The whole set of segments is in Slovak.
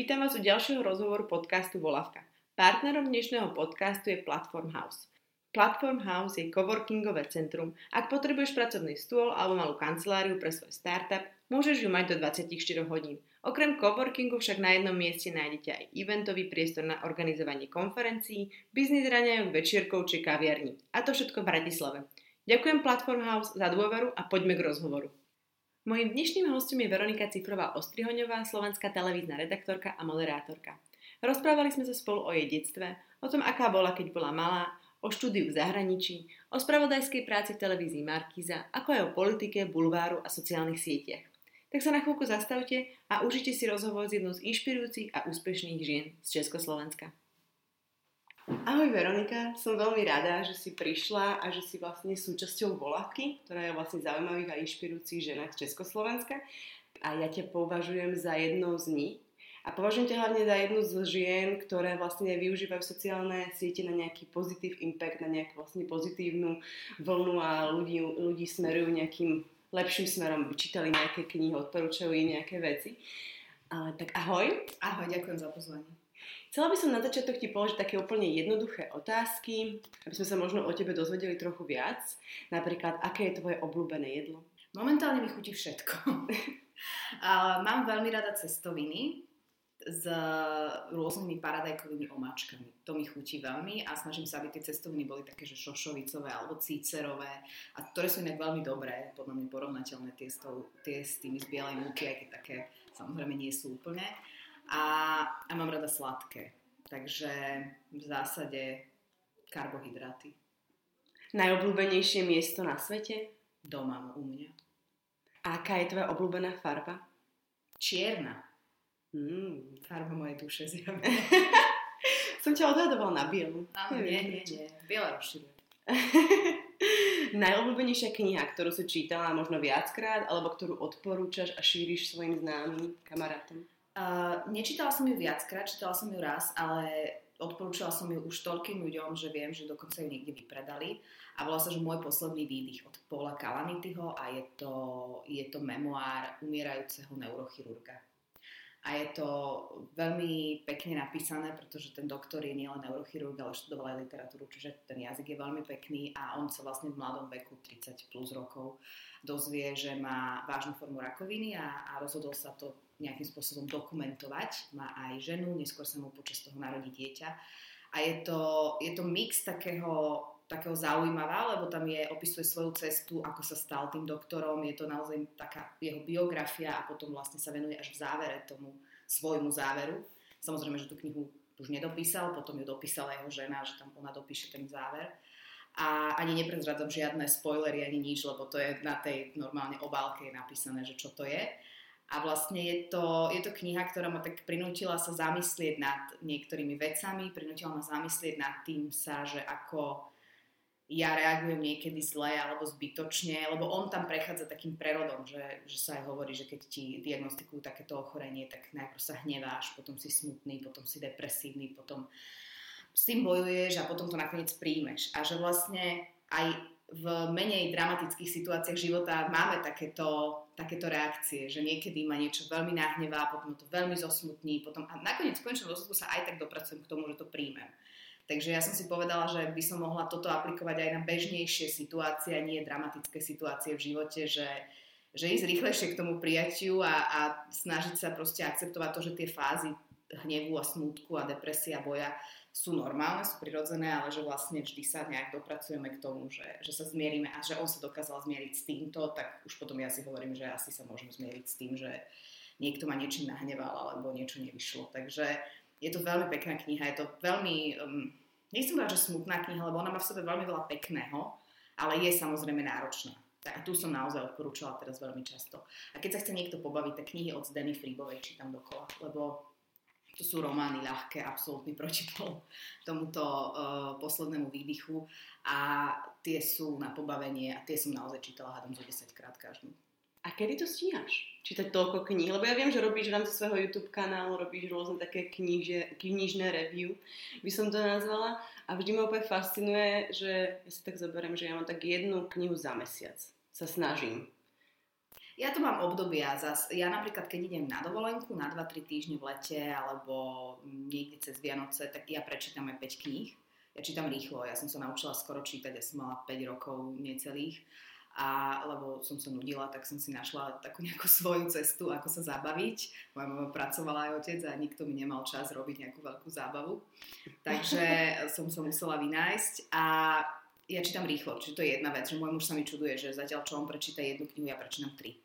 Vítam vás u ďalšieho rozhovoru podcastu Volavka. Partnerom dnešného podcastu je Platform House. Platform House je coworkingové centrum. Ak potrebuješ pracovný stôl alebo malú kanceláriu pre svoj startup, môžeš ju mať do 24 hodín. Okrem coworkingu však na jednom mieste nájdete aj eventový priestor na organizovanie konferencií, biznis raňajok, večierkov či kaviarní. A to všetko v Bratislave. Ďakujem Platform House za dôveru a poďme k rozhovoru. Mojím dnešným hostom je Veronika Cifrová-Ostrihoňová, slovenská televízna redaktorka a moderátorka. Rozprávali sme sa spolu o jej detstve, o tom, aká bola, keď bola malá, o štúdiu v zahraničí, o spravodajskej práci v televízii Markíza, ako aj o politike, bulváru a sociálnych sieťach. Tak sa na chvíľku zastavte a užite si rozhovor s jednou z inšpirujúcich a úspešných žien z Československa. Ahoj Veronika, som veľmi rada, že si prišla a že si vlastne súčasťou Volavky, ktorá je vlastne zaujímavých a inšpirujúcich ženách z Československa. A ja ťa považujem za jednou z nich. A považujem ťa hlavne za jednu z žien, ktoré vlastne využívajú sociálne siete na nejaký pozitív impact, na nejakú vlastne pozitívnu vlnu a ľudí smerujú nejakým lepším smerom, čítali nejaké knihy, odporúčajú im nejaké veci. Tak ahoj. Ahoj, ďakujem za pozvanie. Chcela by som na začiatok ti položiť také úplne jednoduché otázky, aby sme sa možno o tebe dozvedeli trochu viac. Napríklad, aké je tvoje obľúbené jedlo? Momentálne mi chutí všetko. Mám veľmi rada cestoviny s rôznymi paradajkovými omáčkami. To mi chutí veľmi a snažím sa, aby tie cestoviny boli také, že šošovicové alebo cícerové, a ktoré sú inak veľmi dobré, podľa mňa porovnateľné tie s tými z bielej múky, aj keď také samozrejme nie sú úplne. A mám rada sladké, takže v zásade karbohydráty. Najobľúbenejšie miesto na svete? Doma u mňa. A aká je tvoja obľúbená farba? Čierna. Farba mojej duše zjavne. Som ťa odhadovala na bielu. Nie. Biela rozširuje. Najobľúbenejšia kniha, ktorú si čítala možno viackrát, alebo ktorú odporúčaš a šíriš svojim známym kamarátom? Nečítala som ju viackrát, čítala som ju raz, ale odporúčala som ju už toľkým ľuďom, že viem, že dokonca ju niekde vypredali. A volá sa, že Môj posledný výdych od Paula Kalanityho a je to memoár umierajúceho neurochirurga. A je to veľmi pekne napísané, pretože ten doktor je nielen neurochirurg, ale študoval aj literatúru, čiže ten jazyk je veľmi pekný a on sa vlastne v mladom veku, 30 plus rokov, dozvie, že má vážnu formu rakoviny a rozhodol sa to nejakým spôsobom dokumentovať. Má aj ženu, neskôr sa mu počas toho narodí dieťa. A je to mix takého zaujímavá, lebo tam opisuje svoju cestu, ako sa stal tým doktorom. Je to naozaj taká jeho biografia a potom vlastne sa venuje až v závere tomu svojmu záveru. Samozrejme, že tú knihu už nedopísal, potom ju dopísala jeho žena, že tam ona dopíše ten záver. A ani neprezradzam žiadne spoilery, ani nič, lebo to je na tej normálne obálke je napísané, že čo to je. A vlastne je to kniha, ktorá ma tak prinútila sa zamyslieť nad niektorými vecami, prinútila ma zamyslieť nad tým že ako ja reagujem niekedy zle alebo zbytočne, lebo on tam prechádza takým prerodom, že sa aj hovorí, že keď ti diagnostikujú takéto ochorenie, tak najprv sa hneváš, potom si smutný, potom si depresívny, potom s tým bojuješ a potom to nakoniec príjmeš. A že vlastne aj v menej dramatických situáciách života máme takéto reakcie, že niekedy ma niečo veľmi nahnevá, potom to veľmi zosmutní, potom a nakoniec v konečnom dôsledku sa aj tak dopracujem k tomu, že to príjmem. Takže ja som si povedala, že by som mohla toto aplikovať aj na bežnejšie situácie, nie dramatické situácie v živote, že ísť rýchlejšie k tomu prijatiu a snažiť sa proste akceptovať to, že tie fázy hnevu a smútku a depresia a boja sú normálne, sú prirodzené, ale že vlastne vždy sa nejak dopracujeme k tomu, že sa zmierime a že on sa dokázal zmieriť s týmto, tak už potom ja si hovorím, že asi sa môžem zmieriť s tým, že niekto ma niečím nahneval alebo niečo nevyšlo. Takže je to veľmi pekná kniha, je to veľmi, nechcem povedať, že smutná kniha, lebo ona má v sebe veľmi veľa pekného, ale je samozrejme náročná. A tu som naozaj odporúčala teraz veľmi často. A keď sa chce niekto pobaviť, tak knihy od Zdeny Fríbovej čítam dokola, lebo to sú romány ľahké, absolútny protipol tomuto poslednému výdychu a tie sú na pobavenie a tie som naozaj čítala hádam zo 10 krát každú. A kedy to stíhaš? Čítať toľko kníh? Lebo ja viem, že robíš v rámci svojho YouTube kanálu, robíš rôzne také knižné review, by som to nazvala. A vždy ma úplne fascinuje, že ja si tak zoberiem, že ja mám tak jednu knihu za mesiac. Sa snažím. Ja to mám obdobia. Ja napríklad, keď idem na dovolenku na 2-3 týždne v lete alebo niekde cez Vianoce, tak ja prečítam aj 5 kníh. Ja čítam rýchlo, ja som sa naučila skoro čítať, ja som mala 5 rokov necelých. A lebo som sa nudila, tak som si našla takú nejakú svoju cestu, ako sa zabaviť. Moja mama pracovala aj otec a nikto mi nemal čas robiť nejakú veľkú zábavu. Takže som sa musela vynájsť a ja čítam rýchlo, čiže to je jedna vec, že môj muž sa mi čuduje, že zatiaľ čo on prečíta jednu knihu, ja prečítam 3.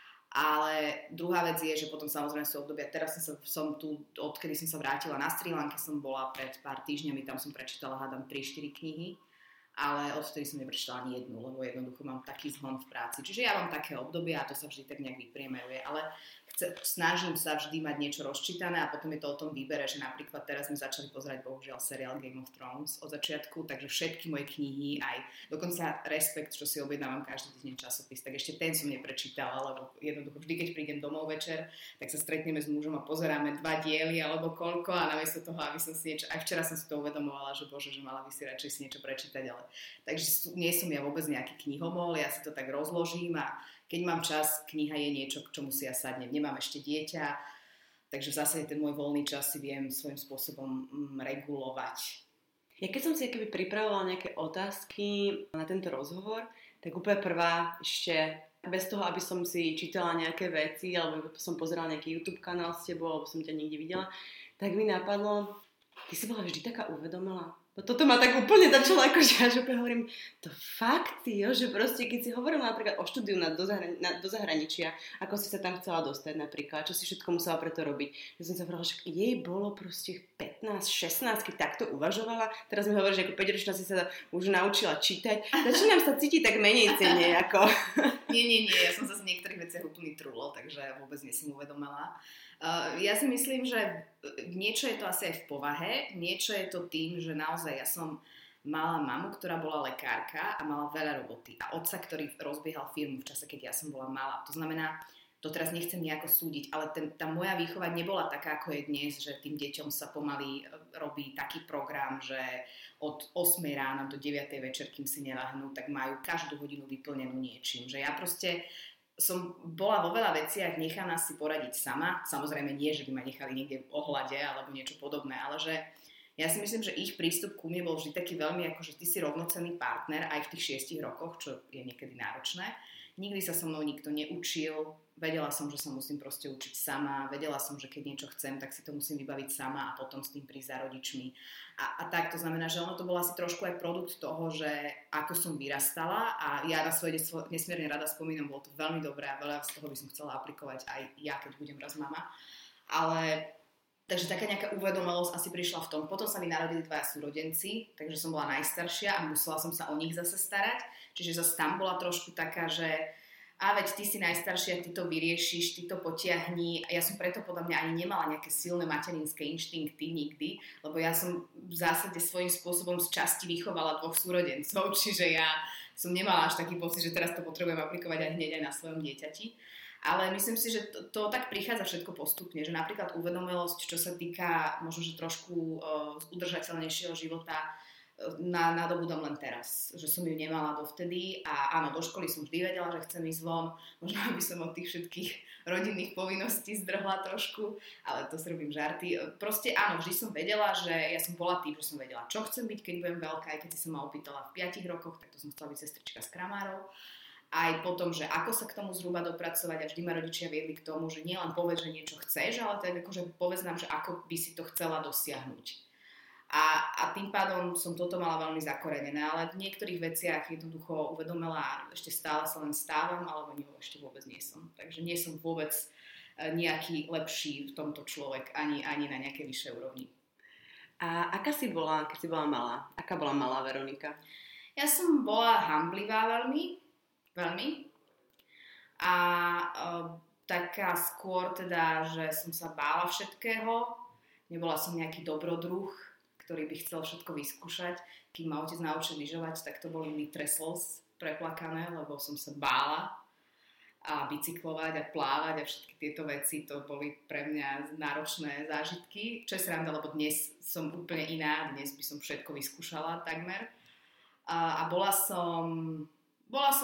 Ale druhá vec je, že potom samozrejme sú obdobia, teraz som tu, odkedy som sa vrátila na Srí Lanke, som bola pred pár týždňami, tam som prečítala hádam 3-4 knihy. Ale odtedy som neprečítala ani jednu, lebo jednoducho mám taký zhon v práci. Čiže ja mám také obdobie a to sa vždy tak nejak vypriemeruje, ale snažím sa vždy mať niečo rozčítané a potom je to o tom výbere, že napríklad teraz sme začali pozerať bohužiaľ seriál Game of Thrones od začiatku, takže všetky moje knihy, aj dokonca Respekt, čo si objednávam každý týždeň časopis, tak ešte ten som neprečítala, lebo jednoducho vždy, keď prídem domov večer, tak sa stretneme s mužom a pozeráme 2 diely alebo koľko a namiesto toho, aby som si niečo, aj včera som si to uvedomovala, že bože, že mala by si radšej si niečo prečítať, ale takže nie som ja vôbec nejaký knihomol, ja si to tak rozložím a keď mám čas, kniha je niečo, k čomu si ja sadnem. Nemám ešte dieťa, takže v zásade ten môj voľný čas si viem svojím spôsobom regulovať. Ja keď som si akoby pripravovala nejaké otázky na tento rozhovor, tak úplne prvá ešte bez toho, aby som si čítala nejaké veci alebo som pozerala nejaký YouTube kanál s tebou alebo som ťa niekde videla, tak mi napadlo, ty si bola vždy taká uvedomelá. Toto ma tak úplne začalo, akože až úplne hovorím, to fakt, jo, že proste, keď si hovorila napríklad o štúdiu do zahraničia, ako si sa tam chcela dostať napríklad, čo si všetko musela preto robiť. Ja som sa povedala, že jej bolo proste 15, 16, keď takto uvažovala. Teraz mi hovorí, že ako 5-ročná si sa už naučila čítať. Začínam sa cítiť tak menej cenne, ako... Nie, ja som sa z niektorých veciach úplný trulo, takže vôbec nie som uvedomila. Ja si myslím, že niečo je to asi aj v povahe, niečo je to tým, že naozaj ja som mala mamu, ktorá bola lekárka a mala veľa roboty a otca, ktorý rozbiehal firmu v čase, keď ja som bola malá. To znamená, to teraz nechcem nejako súdiť, ale tá moja výchova nebola taká, ako je dnes, že tým deťom sa pomaly robí taký program, že od 8 rána do 9 večer, kým si neľahnú, tak majú každú hodinu vyplnenú niečím. Že ja proste som bola vo veľa veciach nechaná si poradiť sama. Samozrejme nie, že by ma nechali niekde v ohľade alebo niečo podobné, ale že ja si myslím, že ich prístup ku mne bol vždy taký veľmi ako, že ty si rovnocenný partner aj v tých 6 rokoch, čo je niekedy náročné. Nikdy sa so mnou nikto neučil, vedela som, že sa musím proste učiť sama, vedela som, že keď niečo chcem, tak si to musím vybaviť sama a potom s tým prísť za rodičmi. A tak to znamená, že ono to bolo asi trošku aj produkt toho, že ako som vyrastala a ja na svoje detstvo nesmierne rada spomínam, bolo to veľmi dobré a veľa z toho by som chcela aplikovať aj ja, keď budem raz mama. Ale takže taká nejaká uvedomelosť asi prišla v tom. Potom sa mi narodili 2 súrodenci, takže som bola najstaršia a musela som sa o nich zase starať. Čiže zase tam bola trošku taká, že veď ty si najstaršia, ty to vyriešiš, ty to potiahni. A ja som preto podľa mňa ani nemala nejaké silné materinské inštinkty nikdy, lebo ja som v zásade svojím spôsobom z časti vychovala 2 súrodencov, čiže ja som nemala až taký pocit, že teraz to potrebujem aplikovať aj hneď aj na svojom dieťati. Ale myslím si, že to tak prichádza všetko postupne, že napríklad uvedomelosť, čo sa týka možno, že trošku udržateľnejšieho života, nadobudom len teraz, že som ju nemala dovtedy a áno, do školy som vždy vedela, že chcem ísť von, možno aby som od tých všetkých rodinných povinností zdrhla trošku, ale to si robím žarty. Proste áno, vždy som vedela, že ja som bola tým, že som vedela, čo chcem byť, keď budem veľká, aj keď si sa ma opýtala v 5 rokoch, tak to som chcela byť sestrička z kramárov. Aj potom, že ako sa k tomu zhruba dopracovať a vždy ma rodičia viedli k tomu, že nielen povedz, že niečo chceš, ale tak akože povedz nám, že ako by si to chcela dosiahnuť. A tým pádom som toto mala veľmi zakorenené, ale v niektorých veciach jednoducho uvedomila a ešte stále sa len stávam, alebo ešte vôbec nie som. Takže nie som vôbec nejaký lepší v tomto človek, ani na nejakej vyššej úrovni. A aká si bola, keď si bola malá? Aká bola malá Veronika? Ja som bola hanblivá veľmi. A taká skôr teda, že som sa bála všetkého. Nebola som nejaký dobrodruh, ktorý by chcel všetko vyskúšať. Keď ma otec naučil lyžovať, tak to boli mi tresls preplakané, lebo som sa bála a bicyklovať a plávať a všetky tieto veci, to boli pre mňa náročné zážitky. Čo je sranda, lebo dnes som úplne iná, dnes by som všetko vyskúšala takmer. A bola som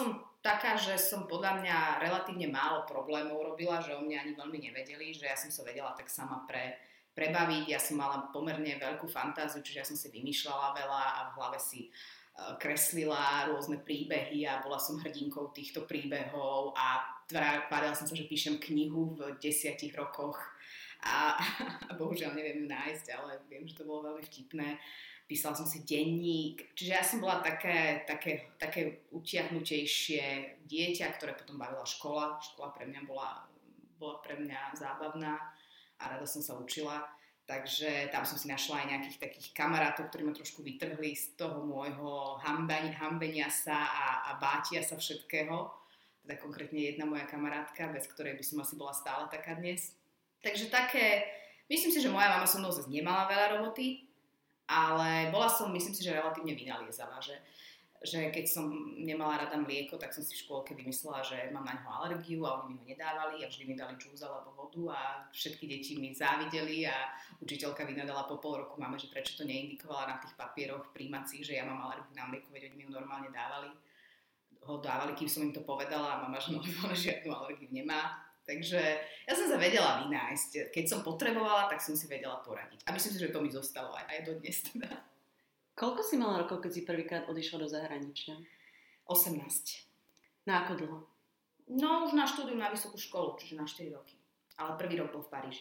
taká, že som podľa mňa relatívne málo problémov robila, že o mňa ani veľmi nevedeli, že ja som sa vedela tak sama prebaviť. Ja som mala pomerne veľkú fantáziu, čiže ja som si vymýšľala veľa a v hlave si kreslila rôzne príbehy a bola som hrdinkou týchto príbehov a tvárila som sa, že píšem knihu v 10 rokoch a bohužiaľ neviem ju nájsť, ale viem, že to bolo veľmi vtipné. Písala som si denník, čiže ja som bola také utiahnutejšie dieťa, ktoré potom bavila škola. Škola pre mňa bola pre mňa zábavná a rada som sa učila. Takže tam som si našla aj nejakých takých kamarátov, ktorí ma trošku vytrhli z toho môjho hambenia sa a bátia sa všetkého. Teda konkrétne jedna moja kamarátka, bez ktorej by som asi bola stále taká dnes. Takže myslím si, že moja mama so mnou zase nemala veľa roboty, ale bola som, myslím si, že relatívne vynaliezavá, že keď som nemala rada mlieko, tak som si v škôlke vymyslela, že mám na ňo alergiu a oni mi ho nedávali a vždy mi dali džús alebo vodu a všetky deti mi závideli a učiteľka vynadala po pol roku máme, že prečo to neindikovala na tých papieroch príjmacích, že ja mám alergiu na mlieko, veď oni mi ho normálne dávali, kým som im to povedala a mama, že ona žiadnu alergiu nemá. Takže ja som sa vedela vynájsť. Keď som potrebovala, tak som si vedela poradiť. A myslím si, že to mi zostalo aj dodnes teda. Koľko si mala rokov, keď si prvýkrát odišla do zahraničia? 18. Na ako dlho? No už na štúdium na vysokú školu, čiže na 4 roky. Ale prvý rok bol v Paríži.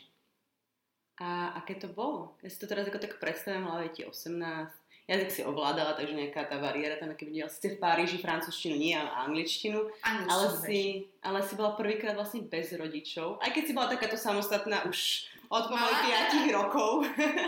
A aké to bolo? Ja si to teraz ako tak predstavím, hlavne ti 18. Jazyk si ovládala, takže nejaká tá bariéra tam, keby videla ste v Paríži francúzštinu, nie angličtinu. Ale si bola prvýkrát vlastne bez rodičov. Aj keď si bola takáto samostatná už od pomaly 5 rokov.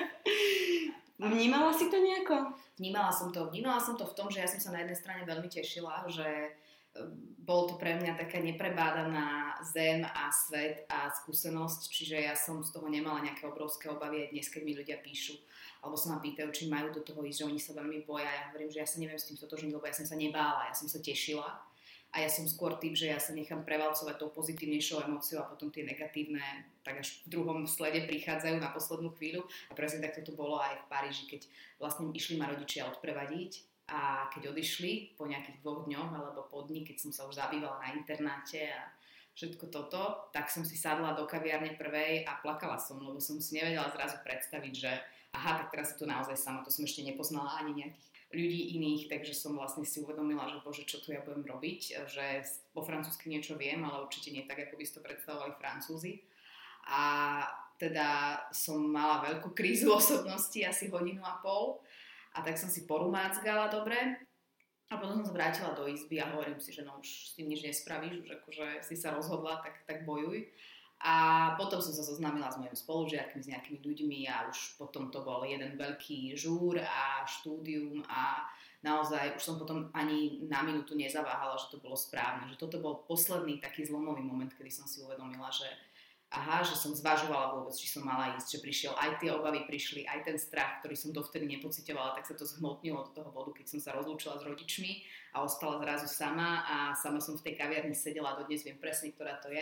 Vnímala si to nejako? Vnímala som to v tom, že ja som sa na jednej strane veľmi tešila, že bol to pre mňa taká neprebádaná zem a svet a skúsenosť, čiže ja som z toho nemala nejaké obrovské obavy aj dnes, keď mi ľudia píšu alebo sa ma pýtajú, či majú do toho ísť, že oni sa veľmi boja. Ja hovorím, že ja sa neviem s tým stotožniť, lebo ja som sa nebála, ja som sa tešila a ja som skôr typ, že ja sa nechám prevalcovať tou pozitívnejšou emóciou a potom tie negatívne tak až v druhom slede prichádzajú na poslednú chvíľu a presne takto to bolo aj v Paríži, keď vlastne išli ma rodičia odprevadiť a keď odišli po nejakých 2 dňoch alebo po dni, keď som sa už zabývala na internáte a všetko toto, tak som si sadla do kaviárne prvej a plakala som, lebo som si nevedela zrazu predstaviť, že aha, tak teraz si tu naozaj sama, to som ešte nepoznala ani nejakých ľudí iných, takže som vlastne si uvedomila, že bože, čo tu ja budem robiť, že po francúzsky niečo viem, ale určite nie tak, ako by si to predstavovali Francúzi. A teda som mala veľkú krízu osobnosti, asi 1,5 hodiny a tak som si porumácgala dobre a potom som sa vrátila do izby a hovorím si, že no už s tým nič nespravíš, už akože si sa rozhodla, tak bojuj. A potom som sa zoznámila s mojimi spolužiakmi, s nejakými ľuďmi a už potom to bol jeden veľký žúr a štúdium a naozaj už som potom ani na minútu nezaváhala, že to bolo správne. Že toto bol posledný taký zlomový moment, kedy som si uvedomila, že aha, že som zvažovala vôbec, či som mala ísť, že prišiel aj tie obavy, prišli aj ten strach, ktorý som dovtedy nepocitovala, tak sa to zhmotnilo do toho bodu, keď som sa rozlúčila s rodičmi a ostala zrazu sama a sama som v tej kaviarni sedela, dodnes viem presne, ktorá to je.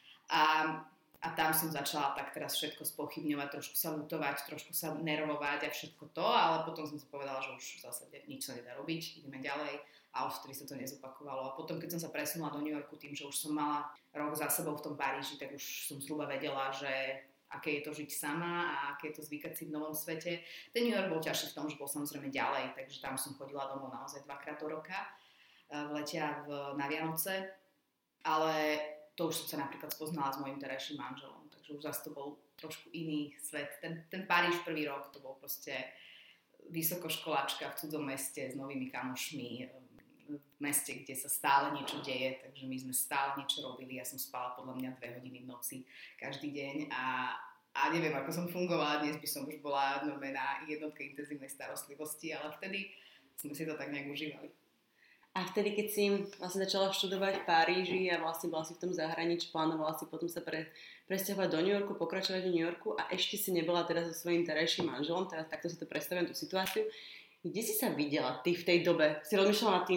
A tam som začala tak teraz všetko spochybňovať, trošku sa lutovať, trošku sa nervovať a všetko to, ale potom som si povedala, že už v zásade nič sa nedá robiť, ideme ďalej a už vtedy sa to nezopakovalo. A potom, keď som sa presunula do New Yorku tým, že už som mala rok za sebou v tom Paríži, tak už som zhruba vedela, že aké je to žiť sama a aké je to zvykať si v novom svete. Ten New York bol ťažší v tom, že bol samozrejme ďalej, takže tam som chodila domov naozaj 2-krát do roka, v lete a na Vianoce, ale to už som sa napríklad spoznala s mojím terajším manželom, takže už zase to bol trošku iný svet. Ten Paríž prvý rok, to bol proste vysokoškoláčka v cudzom meste s novými kamošmi, v meste, kde sa stále niečo deje, takže my sme stále niečo robili. Ja som spala podľa mňa 2 hodiny v noci každý deň a neviem, ako som fungovala, dnes by som už bola normálne na jednotke intenzívnej starostlivosti, ale vtedy sme si to tak nejak užívali. A vtedy, keď si vlastne začala študovať v Paríži a vlastne bola si v tom zahraničí, plánovala si potom sa presťahovať do New Yorku, pokračovať do New Yorku a ešte si nebola teraz so svojím terajším manželom, teraz takto si to predstavujem tú situáciu. Kde si sa videla ty v tej dobe? Si rozmýšľala nad tým,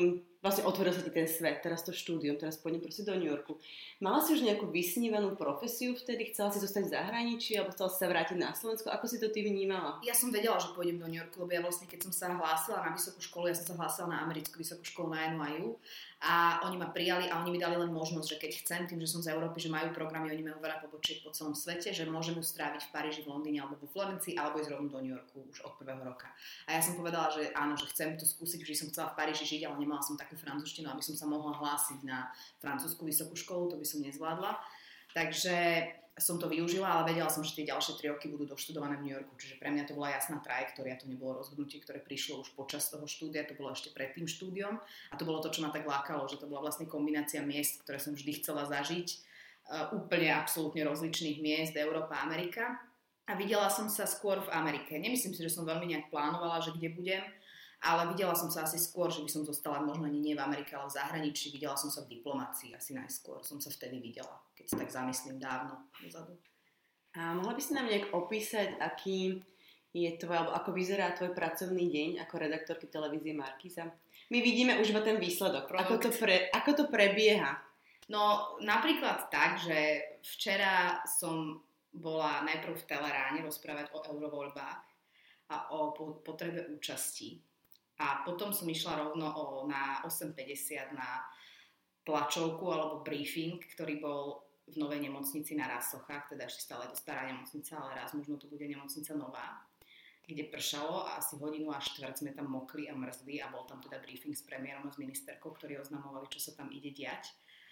vlastne otvoril sa ti ten svet, teraz to štúdium, teraz pôjdem proste do New Yorku. Mala si už nejakú vysnívanú profesiu vtedy? Chcela si zostať v zahraničí alebo chcela si sa vrátiť na Slovensko? Ako si to ty vnímala? Ja som vedela, že pôjdem do New Yorku, lebo ja vlastne, keď som sa hlásila na vysokú školu, ja som sa hlásila na americkú vysokú školu na NYU a oni ma prijali a oni mi dali len možnosť, že keď chcem, tým, že som z Európy, že majú programy, oni majú veľa pobočiek po celom svete, že môžem ju stráviť v Paríži, v Londýne alebo vo Florencii, alebo ísť rovno do New Yorku už od prvého roka. A ja som povedala, že áno, že chcem to skúsiť, že som chcela v Paríži žiť, ale nemala som takú francúzštinu, aby som sa mohla hlásiť na francúzsku vysokú školu, to by som nezvládla. Takže som to využila, ale vedela som, že tie ďalšie 3 roky budú doštudované v New Yorku, čiže pre mňa to bola jasná trajektória, to nebolo rozhodnutie, ktoré prišlo už počas toho štúdia, to bolo ešte pred tým štúdiom a to bolo to, čo ma tak lákalo, že to bola vlastne kombinácia miest, ktoré som vždy chcela zažiť, úplne absolútne rozličných miest, Európa, Amerika a videla som sa skôr v Amerike. Nemyslím si, že som veľmi nejak plánovala, že kde budem, ale videla som sa asi skôr, že by som zostala možno ani nie v Amerike, ale v zahraničí. Videla som sa v diplomácii asi najskôr. Som sa vtedy videla, keď sa tak zamyslím dávno dozadu. A mohla by si nám nejak opísať, aký je tvoj, alebo ako vyzerá tvoj pracovný deň ako redaktorky televízie Markíza? My vidíme už iba ten výsledok. Ako to prebieha? No napríklad tak, že včera som bola najprv v Teleráne rozprávať o eurovoľbách a o potrebe účasti. A potom som išla rovno na 8.50 na tlačovku alebo briefing, ktorý bol v novej nemocnici na Rasochách, teda ešte stále to stará nemocnica, ale raz možno to bude nemocnica nová, kde pršalo a asi 1.15 hodiny sme tam mokli a mrzli a bol tam teda briefing s premiérom a s ministerkou, ktorí oznamovali, čo sa tam ide diať.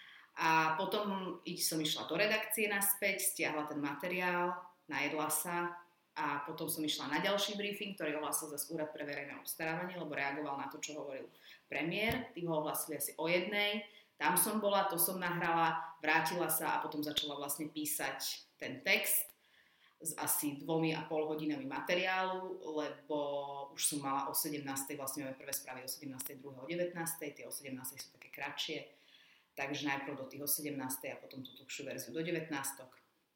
A potom som išla do redakcie naspäť, stiahla ten materiál, najedla sa a potom som išla na ďalší briefing, ktorý ohlásil zase Úrad pre verejné obstarávanie, lebo reagoval na to, čo hovoril premiér. Tí ho ohlasili asi o 1:00. Tam som bola, to som nahrala, vrátila sa a potom začala vlastne písať ten text s asi 2,5 hodinami materiálu, lebo už som mala o 17:00, vlastne moje prvé správy o 17:00, druhé o 19:00, tie o 17:00 sú také kratšie, takže najprv do tých o 17:00 a potom tú dlhšiu verziu do 19:00.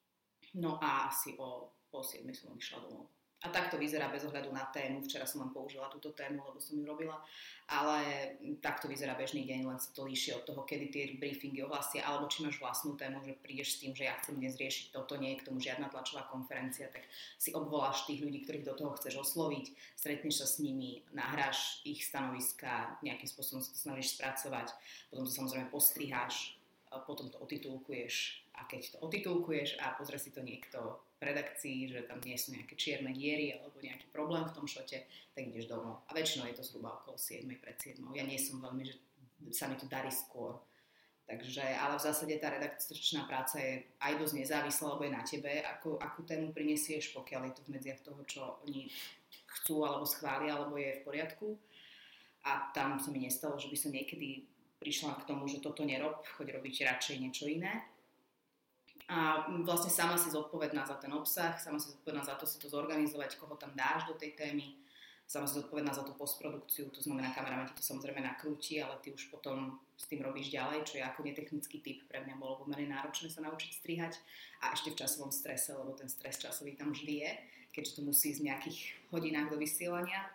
No a asi o 7:00 som odišla domov. A tak to vyzerá bez ohľadu na tému. Včera som len použila túto tému, lebo som ju robila. Ale takto vyzerá bežný deň, len sa to líši od toho, kedy tie briefingy ohlasia, alebo či máš vlastnú tému, že prídeš s tým, že ja chcem dnes riešiť toto, nie je k tomu žiadna tlačová konferencia, tak si obvoláš tých ľudí, ktorých do toho chceš osloviť, stretneš sa s nimi, nahráš ich stanoviská, nejakým spôsobom sa to snažíš spracovať, potom to samozrejme postriháš, potom to otitulkuješ a keď to otitulkuješ a pozrie si to niekto v redakcii, že tam nie sú nejaké čierne diery alebo nejaký problém v tom šote, tak ideš domov. A väčšinou je to zhruba okolo 7:00, pred 7:00. Ja nie som veľmi, že sa mi to darí skôr. Takže, ale v zásade tá redakčná práca je aj dosť nezávislá, lebo je na tebe, akú tému prinesieš, pokiaľ je to v medziach toho, čo oni chcú alebo schvália, alebo je v poriadku. A tam sa mi nestalo, že by som niekedy prišla k tomu, že toto nerob, choď robiť radšej niečo iné. A vlastne sama si zodpovedná za ten obsah, sama si zodpovedná za to si to zorganizovať, koho tam dáš do tej témy, sama si zodpovedná za tú postprodukciu, to znamená, kameraman ti to samozrejme nakrúti, ale ty už potom s tým robíš ďalej, čo je ako netechnický typ, pre mňa bolo pomerne náročné sa naučiť strihať a ešte v časovom strese, lebo ten stres časový tam vždy je, keďže to musí ísť v nejakých hodinách do vysielania.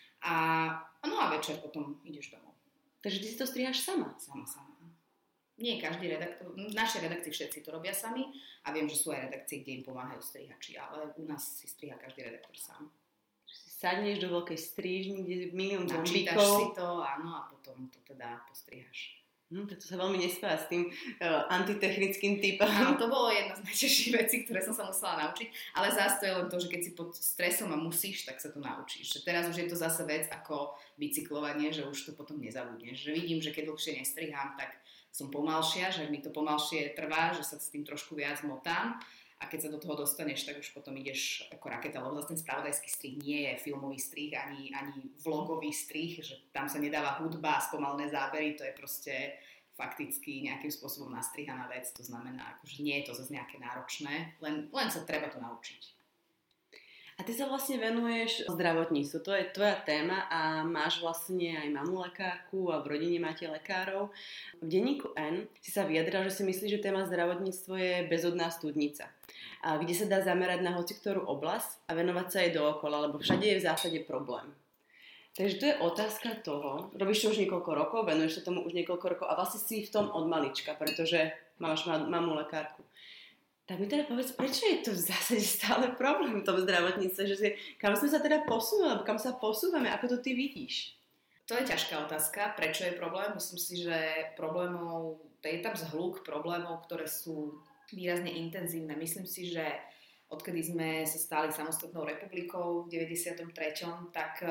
A večer potom ideš domov. Takže ty si to strihaš sama? Sama. Nie každý redaktor, v našej redakcii všetci to robia sami a viem, že sú aj redakcie, kde im pomáhajú strihači, ale u nás si striha každý redaktor sám. Si sadneš do veľkej strížny, kde je milión načítaš zombíkov. Si to, áno, a potom to teda postrihaš. To sa veľmi nespája s tým antitechnickým typom. Áno, to bolo jedna z najťažších vecí, ktoré som sa musela naučiť, ale zase to je len to, že keď si pod stresom a musíš, tak sa to naučíš. Že teraz už je to zase vec ako bicyklovanie, že už to potom nezabudneš. Že vidím, že keď dlhšie nestrihám, tak som pomalšia, že mi to pomalšie trvá, že sa s tým trošku viac motám a keď sa do toho dostaneš, tak už potom ideš ako raketa, lebo zase ten spravodajský strih nie je filmový strih ani vlogový strih, že tam sa nedáva hudba, spomalené zábery, to je proste fakticky nejakým spôsobom nastrihaná vec, to znamená, že nie je to zase nejaké náročné, len sa treba to naučiť. A ty sa vlastne venuješ zdravotníctvu, to je tvoja téma a máš vlastne aj mamu lekárku a v rodine máte lekárov. V denníku N si sa vyjadrila, že si myslíš, že téma zdravotníctvo je bezodná studnica, kde sa dá zamerať na hociktorú oblasť a venovať sa jej dookola, lebo všade je v zásade problém. Takže to je otázka toho, robíš to už niekoľko rokov, venuješ sa tomu už niekoľko rokov a vlastne si v tom od malička, pretože máš mamu lekárku. Tak mi teda povedz, prečo je to v zásade stále problém v tom zdravotníctve, že kam sme sa teda posunuli, alebo kam sa posúvame, ako to ty vidíš? To je ťažká otázka, prečo je problém. Myslím si, že problémov, je tam zhluk problémov, ktoré sú výrazne intenzívne. Myslím si, že odkedy sme sa stali samostatnou republikou v 93., tak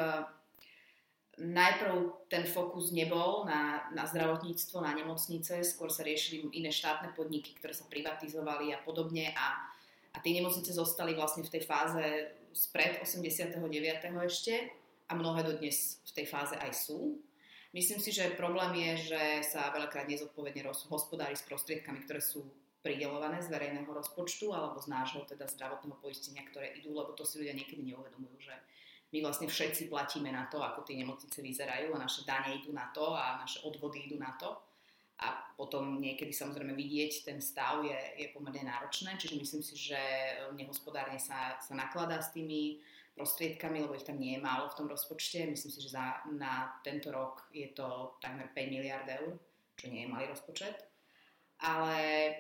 najprv ten fokus nebol na zdravotníctvo, na nemocnice, skôr sa riešili iné štátne podniky, ktoré sa privatizovali a podobne a tie nemocnice zostali vlastne v tej fáze spred 89. ešte a mnohé dodnes v tej fáze aj sú. Myslím si, že problém je, že sa veľakrát nezodpovedne hospodári s prostriedkami, ktoré sú prideľované z verejného rozpočtu alebo z nášho teda zdravotného poistenia, ktoré idú, lebo to si ľudia niekedy neuvedomujú, že my vlastne všetci platíme na to, ako tie nemocnice vyzerajú a naše dane idú na to a naše odvody idú na to. A potom niekedy samozrejme vidieť ten stav je pomerne náročné, čiže myslím si, že nehospodárne sa nakladá s tými prostriedkami, lebo ich tam nie je málo v tom rozpočte. Myslím si, že na tento rok je to takmer 5 miliard eur, čo nie je malý rozpočet. Ale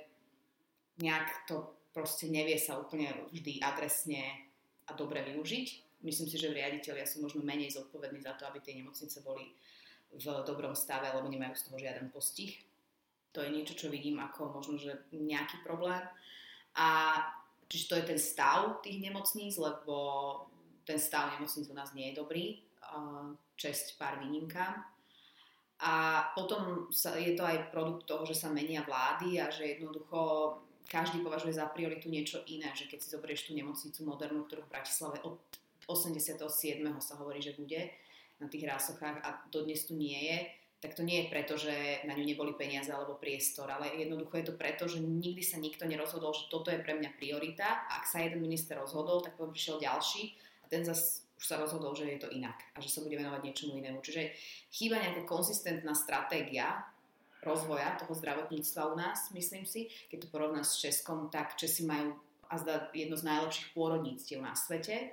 nejak to proste nevie sa úplne vždy adresne a dobre využiť. Myslím si, že riaditelia sú možno menej zodpovední za to, aby tie nemocnice boli v dobrom stave, lebo nemajú z toho žiaden postih. To je niečo, čo vidím ako možno, že nejaký problém. A čiže to je ten stav tých nemocníc, lebo ten stav nemocníc u nás nie je dobrý. Česť pár výnimkám. A potom je to aj produkt toho, že sa menia vlády a že jednoducho každý považuje za prioritu niečo iné. Že keď si zoberieš tú nemocnicu modernú, ktorú v Bratislave od 87. sa hovorí, že bude na tých rásochách a dodnes tu nie je, tak to nie je preto, že na ňu neboli peniaze alebo priestor, ale jednoducho je to preto, že nikdy sa nikto nerozhodol, že toto je pre mňa priorita. A ak sa jeden minister rozhodol, tak potom prišiel ďalší a ten zase už sa rozhodol, že je to inak a že sa bude venovať niečomu inému. Čiže chýba nejaká konzistentná stratégia rozvoja toho zdravotníctva u nás, myslím si. Keď to porovnám s Českom, tak Česi majú azda jedno z najlepších pôrodníctiev na svete.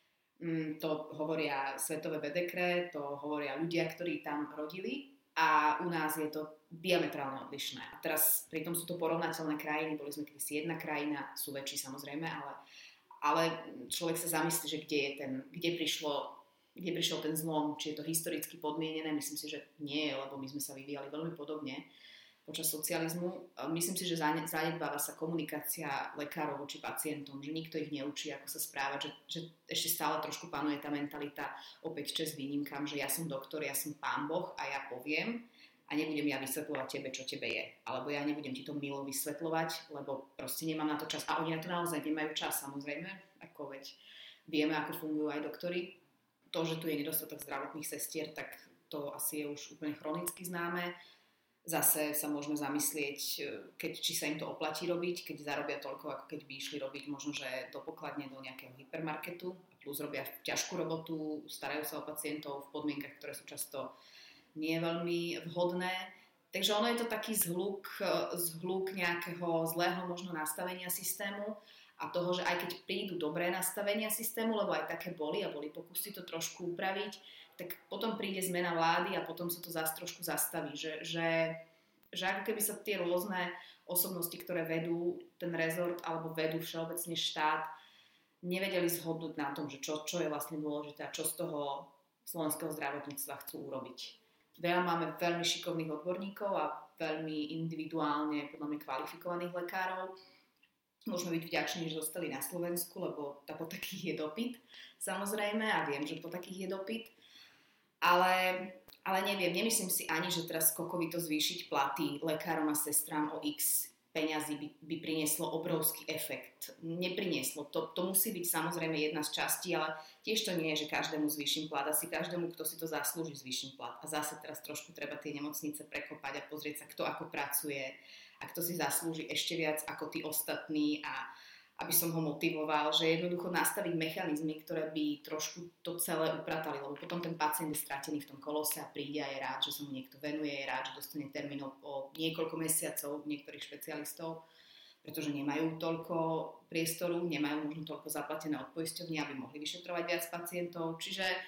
To hovoria svetové bedekre, to hovoria ľudia, ktorí tam rodili a u nás je to diametrálne odlišné. A teraz pritom sú to porovnateľné krajiny, boli sme kedysi jedna krajina, sú väčší samozrejme, ale človek sa zamyslí, že kde prišiel ten zlom, či je to historicky podmienené, myslím si, že nie, lebo my sme sa vyvíjali veľmi podobne počas socializmu. Myslím si, že zanedbáva sa komunikácia lekárov voči pacientom, že nikto ich neučí, ako sa správať, že ešte stále trošku panuje tá mentalita, opäť čest výnimkám, že ja som doktor, ja som pán Boh a ja poviem a nebudem ja vysvetľovať tebe, čo tebe je. Alebo ja nebudem ti to milo vysvetľovať, lebo proste nemám na to čas. A oni na to naozaj nemajú čas, samozrejme, ako veď vieme, ako fungujú aj doktori. To, že tu je nedostatok zdravotných sestier, tak to asi je už úplne chronicky známe. Zase sa môžeme zamyslieť, či sa im to oplatí robiť, keď zarobia toľko, ako keď by išli robiť možno, že do pokladne do nejakého hypermarketu, plus robia ťažkú robotu, starajú sa o pacientov v podmienkach, ktoré sú často nie veľmi vhodné. Takže ono je to taký zhluk nejakého zlého možno nastavenia systému a toho, že aj keď prídu dobré nastavenia systému, lebo aj také boli a boli pokusy to trošku upraviť, tak potom príde zmena vlády a potom sa to zase trošku zastaví, že ako keby sa tie rôzne osobnosti, ktoré vedú ten rezort alebo vedú všeobecne štát, nevedeli zhodnúť na tom, že čo je vlastne dôležité a čo z toho slovenského zdravotníctva chcú urobiť. Máme veľmi šikovných odborníkov a veľmi individuálne podľa mňa kvalifikovaných lekárov. Môžeme byť vďační, že zostali na Slovensku, lebo po takých je dopyt, samozrejme, a viem, že po takých je dopyt. Ale neviem, nemyslím si ani, že teraz skokovito zvýšiť platy lekárom a sestrám o x peňazí by prinieslo obrovský efekt. Neprinieslo. To musí byť samozrejme jedna z častí, ale tiež to nie je, že každému zvýšim plat. Asi každému, kto si to zaslúži, zvýšim plat. A zase teraz trošku treba tie nemocnice prekopať a pozrieť sa, kto ako pracuje a kto si zaslúži ešte viac ako tí ostatní a aby som ho motivoval, že jednoducho nastaviť mechanizmy, ktoré by trošku to celé upratali, lebo potom ten pacient je stratený v tom kolose a príde a je rád, že sa mu niekto venuje, je rád, že dostane termínov o niekoľko mesiacov niektorých špecialistov, pretože nemajú toľko priestoru, nemajú možno toľko zaplatené od poisťovne, aby mohli vyšetrovať viac pacientov. Čiže